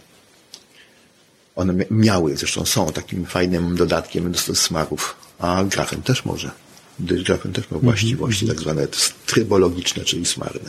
One miały, zresztą są takim fajnym dodatkiem do smarów, a grafen też może. Grafen też ma właściwości tak zwane trybologiczne, czyli smarne.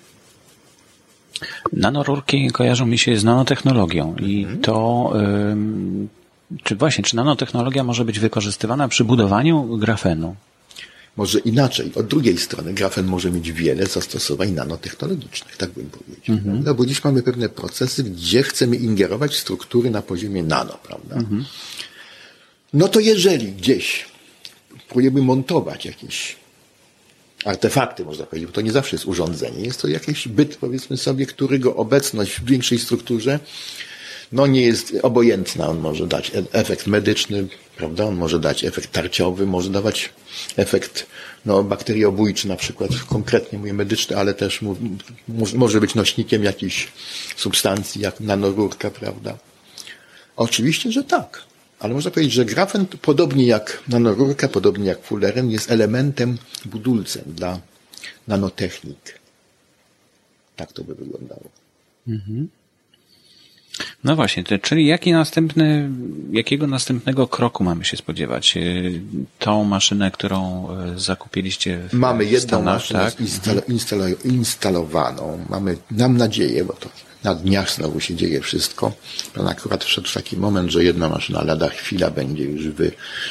Nanorurki kojarzą mi się z nanotechnologią i mhm. to ym, czy właśnie, czy nanotechnologia może być wykorzystywana przy budowaniu grafenu? Może inaczej. Od drugiej strony grafen może mieć wiele zastosowań nanotechnologicznych, tak bym powiedział. Mhm. No bo dziś mamy pewne procesy, gdzie chcemy ingerować w struktury na poziomie nano, prawda? Mhm. No to jeżeli gdzieś próbujemy montować jakieś artefakty, można powiedzieć, bo to nie zawsze jest urządzenie, jest to jakiś byt, powiedzmy sobie, którego obecność w większej strukturze no nie jest obojętna. On może dać efekt medyczny, prawda? On może dać efekt tarciowy, może dawać efekt no, bakteriobójczy, na przykład konkretnie mówię medyczny, ale też mu, mu, może być nośnikiem jakiejś substancji, jak nanorurka, prawda? Oczywiście, że tak. Ale można powiedzieć, że grafen, podobnie jak nanorurka, podobnie jak fuleren, jest elementem, budulcem dla nanotechnik. Tak to by wyglądało. Mhm. No właśnie, to, czyli jaki następny, jakiego następnego kroku mamy się spodziewać? Tą maszynę, którą zakupiliście w Mamy jedną Stanach, maszynę tak? instalo- instalo- instalowaną. Mamy, mam nadzieję, bo to Na dniach znowu się dzieje wszystko. Pan akurat wszedł w taki moment, że jedna maszyna lada chwila będzie już wy,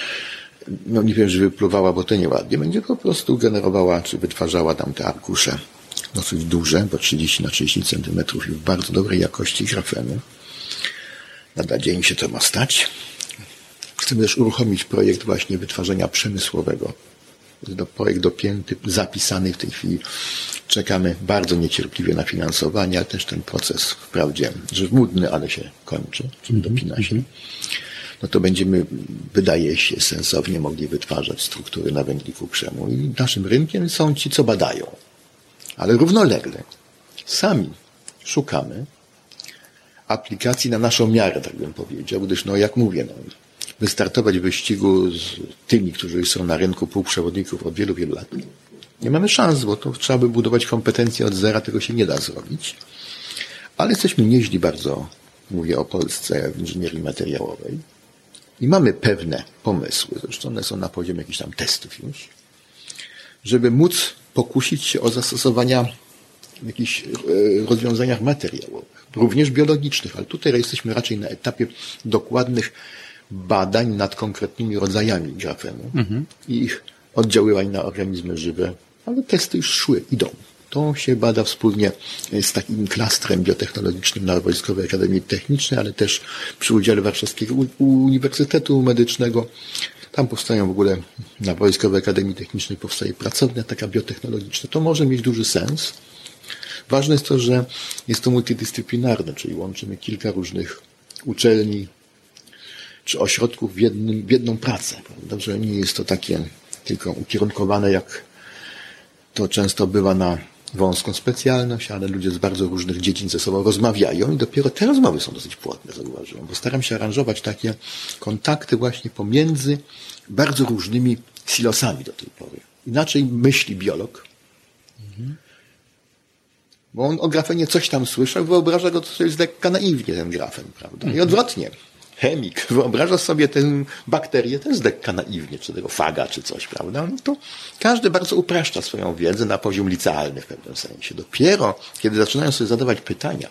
no nie wiem, że wypluwała, bo to nieładnie, będzie po prostu generowała, czy wytwarzała tam te arkusze dosyć duże, bo trzydzieści na trzydzieści centymetrów i w bardzo dobrej jakości grafenu. Lada dzień się to ma stać. Chcemy też uruchomić projekt właśnie wytwarzania przemysłowego. Jest to projekt dopięty, zapisany w tej chwili. Czekamy bardzo niecierpliwie na finansowanie, ale też ten proces wprawdzie żmudny, ale się kończy, czyli dopina się. No to będziemy, wydaje się, sensownie mogli wytwarzać struktury na wędliku krzemu. I naszym rynkiem są ci, co badają. Ale równolegle sami szukamy aplikacji na naszą miarę, tak bym powiedział, gdyż, no jak mówię, no, wystartować w wyścigu z tymi, którzy już są na rynku półprzewodników od wielu, wielu lat. Nie mamy szans, bo to trzeba by budować kompetencje od zera, tego się nie da zrobić. Ale jesteśmy nieźli bardzo, mówię o Polsce w inżynierii materiałowej i mamy pewne pomysły, zresztą one są na poziomie jakichś tam testów już, żeby móc pokusić się o zastosowania w jakichś rozwiązaniach materiałowych, również biologicznych, ale tutaj jesteśmy raczej na etapie dokładnych badań nad konkretnymi rodzajami grafenu mhm. i ich oddziaływań na organizmy żywe, ale testy już szły, idą. To się bada wspólnie z takim klastrem biotechnologicznym na Wojskowej Akademii Technicznej, ale też przy udziale Warszawskiego Uniwersytetu Medycznego. Tam powstają w ogóle, na Wojskowej Akademii Technicznej powstaje pracownia taka biotechnologiczna. To może mieć duży sens. Ważne jest to, że jest to multidyscyplinarne, czyli łączymy kilka różnych uczelni czy ośrodków w, jednym, w jedną pracę. Prawda? Że nie jest to takie tylko ukierunkowane, jak to często bywa na wąską specjalność, ale ludzie z bardzo różnych dziedzin ze sobą rozmawiają i dopiero te rozmowy są dosyć płodne, zauważyłem, bo staram się aranżować takie kontakty właśnie pomiędzy bardzo różnymi silosami do tej pory. Inaczej myśli biolog, mhm. bo on o grafenie coś tam słyszał, wyobraża go to jest lekka naiwnie ten grafen, prawda? I odwrotnie. Chemik wyobraża sobie tę bakterię też lekka naiwnie, czy tego faga, czy coś, prawda? No to każdy bardzo upraszcza swoją wiedzę na poziom licealny w pewnym sensie. Dopiero, kiedy zaczynają sobie zadawać pytania,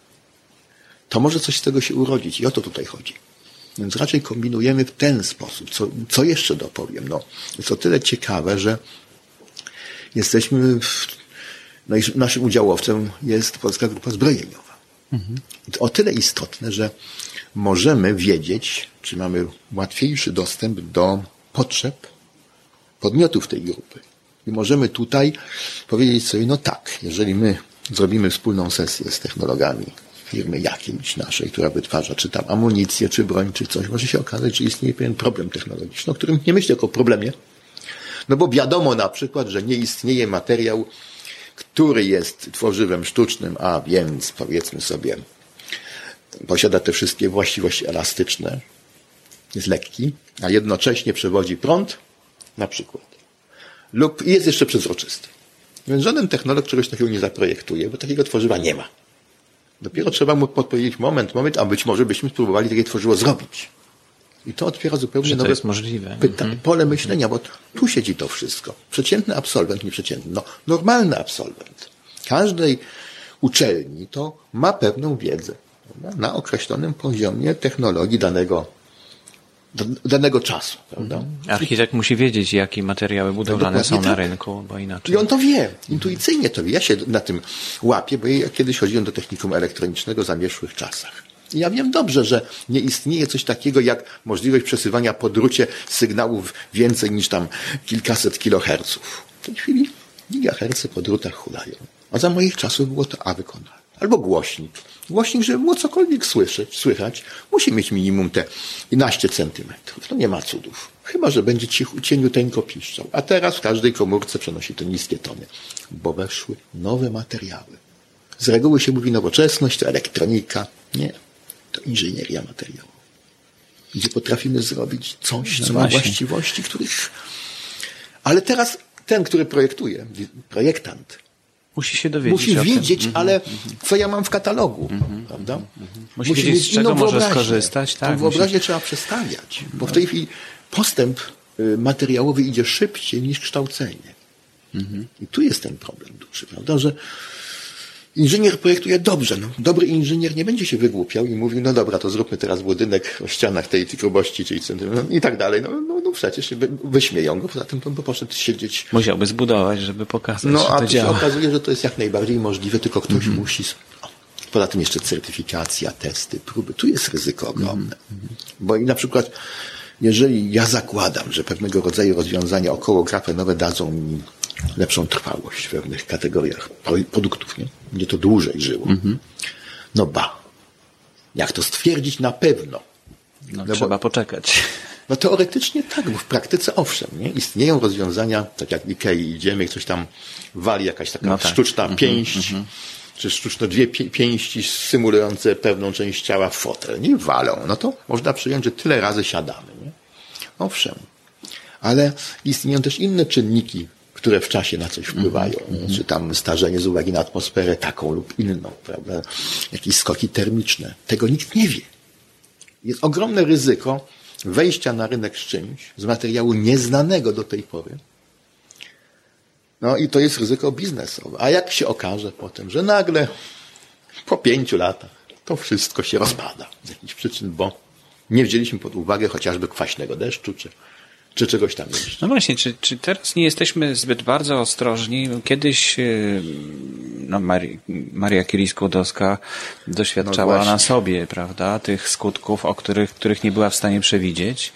to może coś z tego się urodzić i o to tutaj chodzi. Więc raczej kombinujemy w ten sposób. Co, co jeszcze dopowiem? No, jest o tyle ciekawe, że jesteśmy, w, no i naszym udziałowcem jest Polska Grupa Zbrojeniowa. Mhm. To o tyle istotne, że możemy wiedzieć, czy mamy łatwiejszy dostęp do potrzeb podmiotów tej grupy. I możemy tutaj powiedzieć sobie, no tak, jeżeli my zrobimy wspólną sesję z technologami firmy jakiejś naszej, która wytwarza czy tam amunicję, czy broń, czy coś, może się okazać, że istnieje pewien problem technologiczny, o którym nie myślę jako o problemie, no bo wiadomo na przykład, że nie istnieje materiał, który jest tworzywem sztucznym, a więc powiedzmy sobie posiada te wszystkie właściwości elastyczne, jest lekki, a jednocześnie przewodzi prąd, na przykład. Lub jest jeszcze przezroczysty. Więc żaden technolog czegoś takiego nie zaprojektuje, bo takiego tworzywa nie ma. Dopiero trzeba mu podpowiedzieć moment, moment, a być może byśmy spróbowali takie tworzywo zrobić. I to otwiera zupełnie Że to nowe jest możliwe. pyta- mhm. pole myślenia, bo tu siedzi to wszystko. Przeciętny absolwent, nie przeciętny, no normalny absolwent każdej uczelni to ma pewną wiedzę na określonym poziomie technologii danego, danego czasu. Prawda? Mhm. Architekt musi wiedzieć, jakie materiały budowlane są tak na rynku, bo inaczej. I on to wie, intuicyjnie to wie. Ja się na tym łapię, bo ja kiedyś chodziłem do technikum elektronicznego w zamierzchłych czasach. I ja wiem dobrze, że nie istnieje coś takiego jak możliwość przesyłania po drucie sygnałów więcej niż tam kilkaset kiloherców. W tej chwili gigaherce po drutach hulają. A za moich czasów było to A wykonane. Albo głośnik. Głośnik, żeby było cokolwiek słyszeć, słychać, musi mieć minimum te jedenaście centymetrów. To nie ma cudów. Chyba że będzie cichu, cieniuteńko piszczał. A teraz w każdej komórce przenosi to niskie tony. Bo weszły nowe materiały. Z reguły się mówi nowoczesność, to elektronika. Nie. To inżynieria materiału. Gdzie potrafimy zrobić coś, co no ma właściwości, których... Ale teraz ten, który projektuje, projektant, musi się dowiedzieć. Musi wiedzieć, mm-hmm, ale mm-hmm. co ja mam w katalogu, mm-hmm, prawda? Mm-hmm. Musi, musi wiedzieć, z czego może skorzystać. Tak, wyobraźnię musi... trzeba przestawiać, bo w tej chwili postęp materiałowy idzie szybciej niż kształcenie. Mm-hmm. I tu jest ten problem duży, prawda? Że Inżynier projektuje dobrze. No, dobry inżynier nie będzie się wygłupiał i mówił, no dobra, to zróbmy teraz budynek o ścianach tej, tej grubości, czyli centrum, i tak dalej. No, no, no przecież wyśmieją go, poza tym to by poszedł siedzieć. Musiałby zbudować, żeby pokazać, no, że to a tu działa. się okazuje, że to jest jak najbardziej możliwe, tylko ktoś mm-hmm. musi. Poza tym jeszcze certyfikacja, testy, próby. Tu jest ryzyko ogromne. Mm-hmm. Bo i na przykład, jeżeli ja zakładam, że pewnego rodzaju rozwiązania okołografenowe dadzą mi lepszą trwałość w pewnych kategoriach produktów, nie? Będzie to dłużej żyło. Mm-hmm. No ba. Jak to stwierdzić na pewno? No, no trzeba bo, poczekać. No teoretycznie tak, bo w praktyce owszem, nie? Istnieją rozwiązania, tak jak w Ikei idziemy, ktoś tam wali jakaś taka no tak. sztuczna mm-hmm, pięść, mm-hmm. czy sztuczne dwie pie- pięści symulujące pewną część ciała w fotel, nie walą. No to można przyjąć, że tyle razy siadamy, nie? Owszem. Ale istnieją też inne czynniki, które w czasie na coś wpływają. Mm-hmm. Czy tam starzenie z uwagi na atmosferę taką lub inną, prawda? Jakieś skoki termiczne. Tego nikt nie wie. Jest ogromne ryzyko wejścia na rynek z czymś, z materiału nieznanego do tej pory. No i to jest ryzyko biznesowe. A jak się okaże potem, że nagle po pięciu latach to wszystko się rozpada z jakichś przyczyn, bo nie wzięliśmy pod uwagę chociażby kwaśnego deszczu, czy Czy czegoś tam jeszcze. No właśnie, czy, czy teraz nie jesteśmy zbyt bardzo ostrożni? Kiedyś no, Maria, Maria Curie-Skłodowska doświadczała no na sobie, prawda, tych skutków, o których, których nie była w stanie przewidzieć.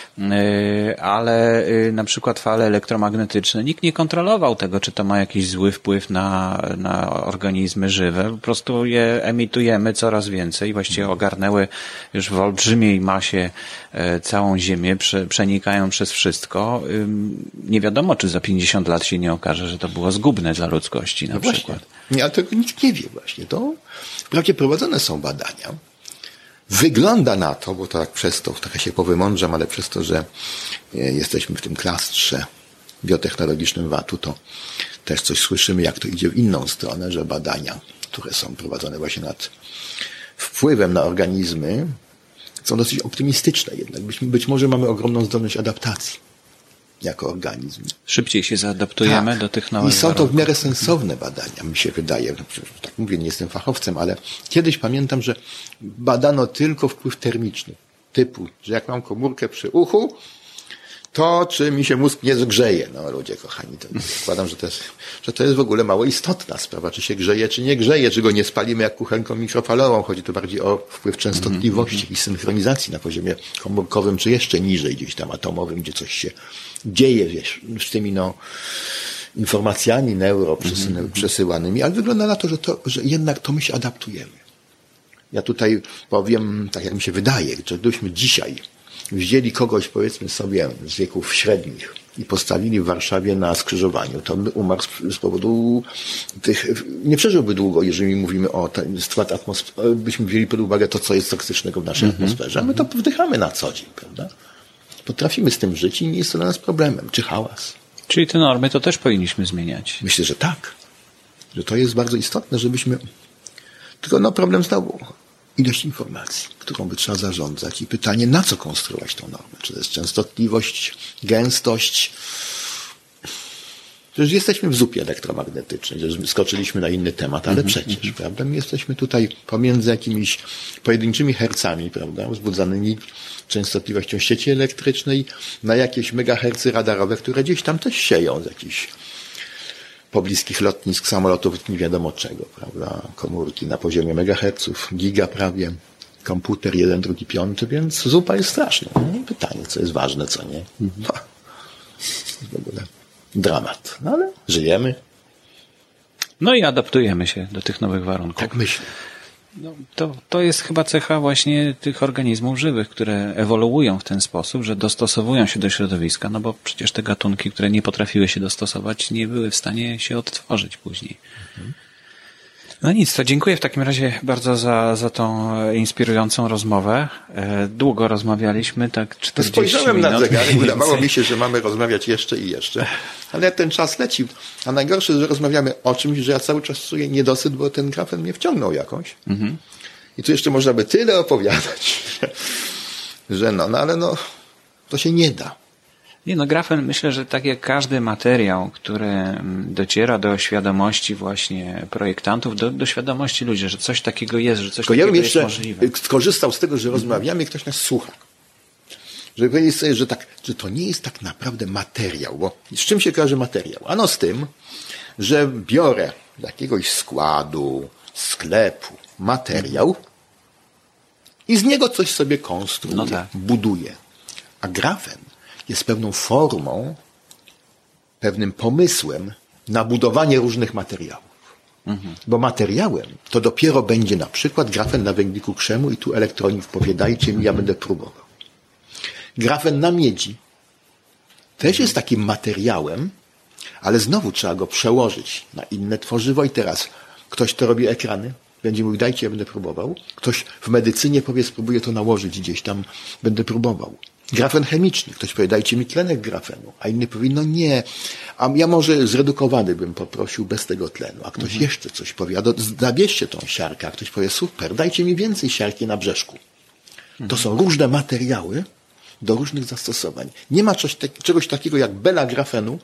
Ale na przykład fale elektromagnetyczne, nikt nie kontrolował tego, czy to ma jakiś zły wpływ na, na organizmy żywe. Po prostu je emitujemy coraz więcej. Właściwie ogarnęły już w olbrzymiej masie całą Ziemię, przenikają przez wszystko. Nie wiadomo, czy za pięćdziesiąt lat się nie okaże, że to było zgubne dla ludzkości na no przykład. Nie, ale tego nikt nie wie właśnie. To wprawdzie prowadzone są badania. Wygląda na to, bo to tak przez to, trochę się powymądrzam, ale przez to, że jesteśmy w tym klastrze biotechnologicznym V A T-u, to też coś słyszymy, jak to idzie w inną stronę, że badania, które są prowadzone właśnie nad wpływem na organizmy, są dosyć optymistyczne jednak. Być, być może mamy ogromną zdolność adaptacji jako organizm. Szybciej się zaadaptujemy tak. do tych nowych I są warunków. to w miarę sensowne badania, mi się wydaje. Tak mówię, nie jestem fachowcem, ale kiedyś pamiętam, że badano tylko wpływ termiczny. Typu, że jak mam komórkę przy uchu, to czy mi się mózg nie zgrzeje. No ludzie kochani, to zakładam, że to, jest, że to jest w ogóle mało istotna sprawa, czy się grzeje, czy nie grzeje, czy go nie spalimy jak kuchenką mikrofalową. Chodzi tu bardziej o wpływ częstotliwości i synchronizacji na poziomie komórkowym, czy jeszcze niżej, gdzieś tam atomowym, gdzie coś się dzieje, wiesz, z tymi no, informacjami neuro przesyłanymi, ale wygląda na to, że to, że jednak to my się adaptujemy. Ja tutaj powiem, tak jak mi się wydaje, że gdybyśmy dzisiaj wzięli kogoś, powiedzmy sobie, z wieków średnich i postawili w Warszawie na skrzyżowaniu, to by umarł z powodu tych, nie przeżyłby długo, jeżeli mówimy o strat atmosfery, byśmy wzięli pod uwagę to, co jest toksycznego w naszej mm-hmm. atmosferze, a my to wdychamy na co dzień, prawda? Potrafimy z tym żyć i nie jest to dla nas problemem, czy hałas. Czyli te normy to też powinniśmy zmieniać. Myślę, że tak. Że to jest bardzo istotne, żebyśmy... Tylko no problem znowu. Ilość informacji, którą by trzeba zarządzać i pytanie, na co konstruować tą normę. Czy to jest częstotliwość, gęstość? Przecież jesteśmy w zupie elektromagnetycznej, że skoczyliśmy na inny temat, ale mm-hmm. przecież, prawda? My jesteśmy tutaj pomiędzy jakimiś pojedynczymi hercami, prawda? Wzbudzanymi częstotliwością sieci elektrycznej na jakieś megahercy radarowe, które gdzieś tam też sieją z jakichś pobliskich lotnisk, samolotów, nie wiadomo czego, prawda? Komórki na poziomie megaherców, giga prawie, komputer jeden, drugi, piąty, więc zupa jest straszna. Pytanie, co jest ważne, co nie. No, w ogóle dramat. No ale żyjemy. No i adaptujemy się do tych nowych warunków. Tak myślę. No, to, to jest chyba cecha właśnie tych organizmów żywych, które ewoluują w ten sposób, że dostosowują się do środowiska, no bo przecież te gatunki, które nie potrafiły się dostosować, nie były w stanie się odtworzyć później. Mhm. No nic, to dziękuję w takim razie bardzo za, za tą inspirującą rozmowę. Długo rozmawialiśmy, tak czterdzieści minut. Spojrzałem na zegarek, wydawało mi się, że mamy rozmawiać jeszcze i jeszcze. Ale ten czas leci. A najgorsze, że rozmawiamy o czymś, że ja cały czas czuję niedosyt, bo ten grafen mnie wciągnął jakoś. Mhm. I tu jeszcze można by tyle opowiadać, że no, no ale no, to się nie da. Nie no, grafen myślę, że tak jak każdy materiał, który dociera do świadomości właśnie projektantów, do, do świadomości ludzi, że coś takiego jest, że coś Tylko takiego ja bym jest jeszcze możliwe. skorzystał z tego, że rozmawiamy i ktoś nas słucha. Żeby powiedzieć sobie, że, tak, że to nie jest tak naprawdę materiał, bo z czym się kojarzy materiał? Ano z tym, że biorę z jakiegoś składu, sklepu materiał i z niego coś sobie konstruuję, No tak. buduję. A grafen jest pewną formą, pewnym pomysłem na budowanie różnych materiałów. Mhm. Bo materiałem to dopiero będzie na przykład grafen na węgliku krzemu i tu elektroników powie, dajcie mi, ja będę próbował. Grafen na miedzi też jest takim materiałem, ale znowu trzeba go przełożyć na inne tworzywo i teraz ktoś, kto robi ekrany, będzie mówił, dajcie, ja będę próbował. Ktoś w medycynie powie, spróbuję to nałożyć gdzieś tam, będę próbował. Grafen chemiczny. Ktoś powie, dajcie mi tlenek grafenu. A inny powie, no nie, a ja może zredukowany bym poprosił bez tego tlenu. A ktoś mhm. jeszcze coś powie, a do, zabierzcie tą siarkę. A ktoś powie, super, dajcie mi więcej siarki na brzeszku. Mhm. To są różne materiały do różnych zastosowań. Nie ma coś, te, czegoś takiego jak bela grafenu.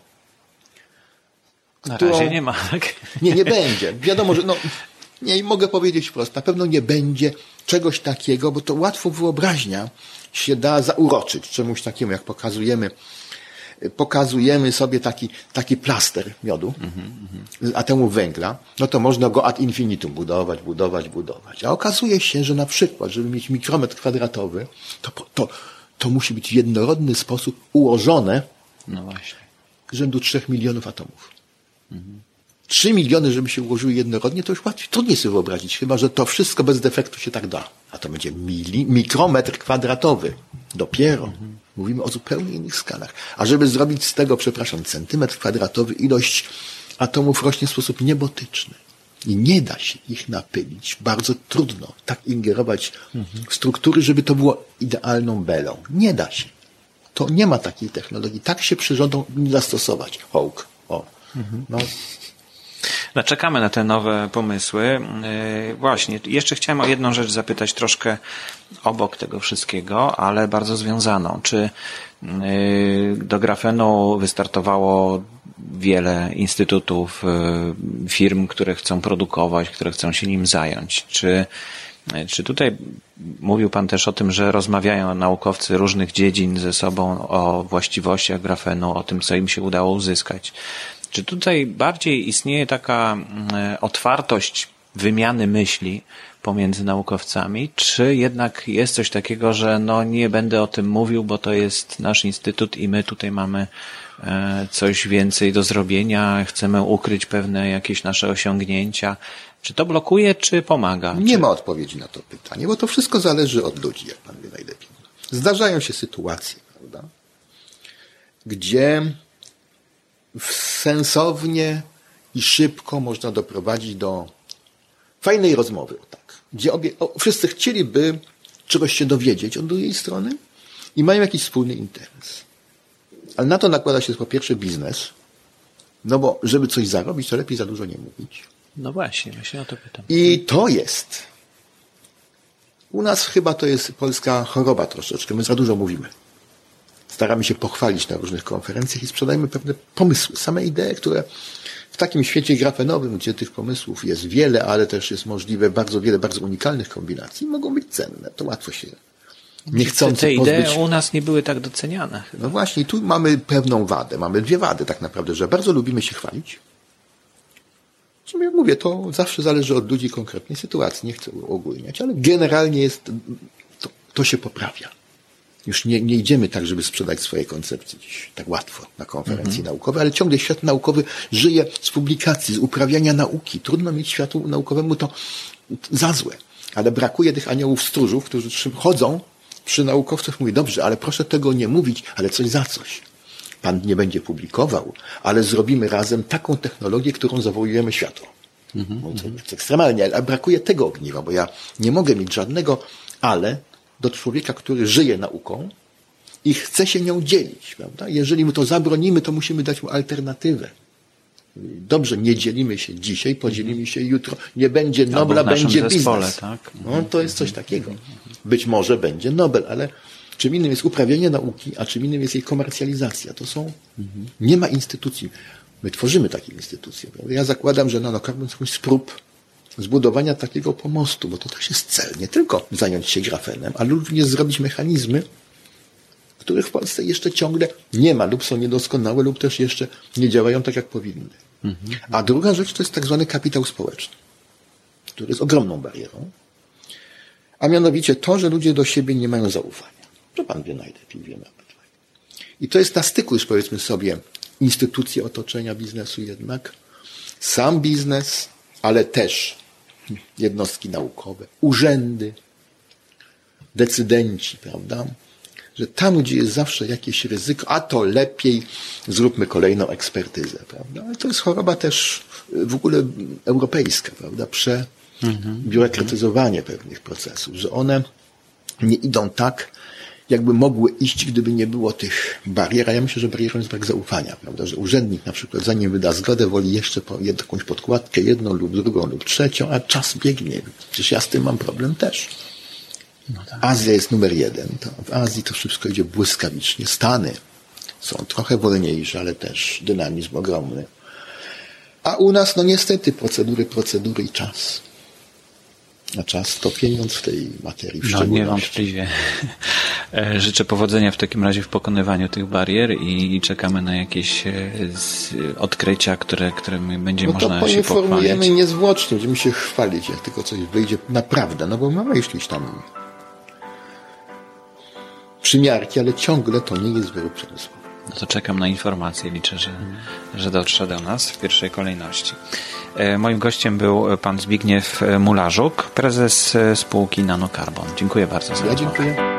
Na którą... razie nie ma, tak? Nie, nie będzie. Wiadomo, że no, nie mogę powiedzieć wprost, na pewno nie będzie czegoś takiego, bo to łatwo wyobraźnia się da zauroczyć czemuś takiemu, jak pokazujemy, pokazujemy sobie taki, taki plaster miodu mm-hmm. z atomów węgla, no to można go ad infinitum budować, budować, budować. A okazuje się, że na przykład, żeby mieć mikrometr kwadratowy, to, to, to musi być w jednorodny sposób ułożone no właśnie. rzędu trzech milionów atomów. Mhm. Trzy miliony, żeby się ułożyły jednorodnie, to już łatwiej. Trudniej sobie wyobrazić, chyba że to wszystko bez defektu się tak da. A to będzie mili, mikrometr kwadratowy. Dopiero. Mhm. Mówimy o zupełnie innych skalach. A żeby zrobić z tego, przepraszam, centymetr kwadratowy, ilość atomów rośnie w sposób niebotyczny. I nie da się ich napylić. Bardzo trudno tak ingerować mhm. w struktury, żeby to było idealną belą. Nie da się. To nie ma takiej technologii. Tak się przyrządą nie zastosować. Hołk. O. Mhm. No. No, czekamy na te nowe pomysły. Yy, właśnie, jeszcze chciałem o jedną rzecz zapytać troszkę obok tego wszystkiego, ale bardzo związaną. Czy yy, do grafenu wystartowało wiele instytutów, yy, firm, które chcą produkować, które chcą się nim zająć? Czy, yy, czy tutaj mówił Pan też o tym, że rozmawiają naukowcy różnych dziedzin ze sobą o właściwościach grafenu, o tym, co im się udało uzyskać? Czy tutaj bardziej istnieje taka otwartość wymiany myśli pomiędzy naukowcami, czy jednak jest coś takiego, że no nie będę o tym mówił, bo to jest nasz instytut i my tutaj mamy coś więcej do zrobienia, chcemy ukryć pewne jakieś nasze osiągnięcia. Czy to blokuje, czy pomaga? Nie czy... ma odpowiedzi na to pytanie, bo to wszystko zależy od ludzi, jak pan wie najlepiej. Zdarzają się sytuacje, prawda, gdzie sensownie i szybko można doprowadzić do fajnej rozmowy, tak, gdzie obie, o, wszyscy chcieliby czegoś się dowiedzieć od drugiej strony i mają jakiś wspólny interes. Ale na to nakłada się po pierwsze biznes, no bo żeby coś zarobić, to lepiej za dużo nie mówić. No właśnie, ja się o to pytam. I to jest, u nas chyba to jest polska choroba troszeczkę, my za dużo mówimy. Staramy się pochwalić na różnych konferencjach i sprzedajemy pewne pomysły, same idee, które w takim świecie grafenowym, gdzie tych pomysłów jest wiele, ale też jest możliwe bardzo wiele bardzo unikalnych kombinacji, mogą być cenne. To łatwo się niechcący Te idee pozbyć. u nas nie były tak doceniane. Chyba. No właśnie, tu mamy pewną wadę. Mamy dwie wady tak naprawdę, że bardzo lubimy się chwalić. Czym ja mówię, to zawsze zależy od ludzi konkretnej sytuacji. Nie chcę uogólniać, ale generalnie jest, to, to się poprawia. Już nie, nie idziemy tak, żeby sprzedać swoje koncepcje dziś tak łatwo na konferencji mm-hmm. naukowej, ale ciągle świat naukowy żyje z publikacji, z uprawiania nauki. Trudno mieć światu naukowemu to za złe. Ale brakuje tych aniołów stróżów, którzy chodzą przy naukowcach i mówią, dobrze, ale proszę tego nie mówić, ale coś za coś. Pan nie będzie publikował, ale zrobimy razem taką technologię, którą zawołujemy światło. Mm-hmm. No, to jest ekstremalnie, ale brakuje tego ogniwa, bo ja nie mogę mieć żadnego ale do człowieka, który żyje nauką i chce się nią dzielić, prawda? Jeżeli mu to zabronimy, to musimy dać mu alternatywę. Dobrze, nie dzielimy się dzisiaj, podzielimy się jutro. Nie będzie Nobla, będzie zespole, biznes. tak? No, to jest coś takiego. Być może będzie Nobel, ale Czym innym jest uprawianie nauki, a czym innym jest jej komercjalizacja. To są, mhm. nie ma instytucji. My tworzymy takie instytucje. Prawda? Ja zakładam, że nanokarbon to jest prób zbudowania takiego pomostu, bo to też jest cel. Nie tylko zająć się grafenem, ale również zrobić mechanizmy, których w Polsce jeszcze ciągle nie ma lub są niedoskonałe lub też jeszcze nie działają tak, jak powinny. Mhm. A druga rzecz to jest tak zwany kapitał społeczny, który jest ogromną barierą, a mianowicie to, że ludzie do siebie nie mają zaufania. To pan wie najlepiej, wiemy. I to jest na styku już, powiedzmy sobie, instytucje otoczenia biznesu jednak, sam biznes, ale też jednostki naukowe, urzędy, decydenci, prawda? Że tam, gdzie jest zawsze jakieś ryzyko, a to lepiej zróbmy kolejną ekspertyzę, prawda? Ale to jest choroba też w ogóle europejska, prawda? Przebiurokratyzowanie pewnych procesów, że one nie idą tak, jakby mogły iść, gdyby nie było tych barier. A ja myślę, że barierą jest brak zaufania, prawda? Że urzędnik na przykład, zanim wyda zgodę, woli jeszcze po jakąś podkładkę, jedną lub drugą lub trzecią, a czas biegnie. Przecież ja z tym mam problem też. No tak. Azja jest numer jeden. To w Azji to wszystko idzie błyskawicznie. Stany są trochę wolniejsze, ale też dynamizm ogromny. A u nas, no niestety, procedury, procedury i czas. A czas to pieniądz w tej materii. W no niewątpliwie. Życzę powodzenia w takim razie w pokonywaniu tych barier i czekamy na jakieś odkrycia, które, którymi będzie no można się pochwalić. To poinformujemy niezwłocznie, będziemy się chwalić, jak tylko coś wyjdzie naprawdę, no bo mamy jakieś tam przymiarki, ale ciągle to nie jest wyrób przemysłowy. No to czekam na informacje, liczę, że, hmm. że dotrze do nas w pierwszej kolejności. Moim gościem był pan Zbigniew Mularzuk, prezes spółki Nanokarbon. Dziękuję bardzo za rozmowę. Ja dziękuję.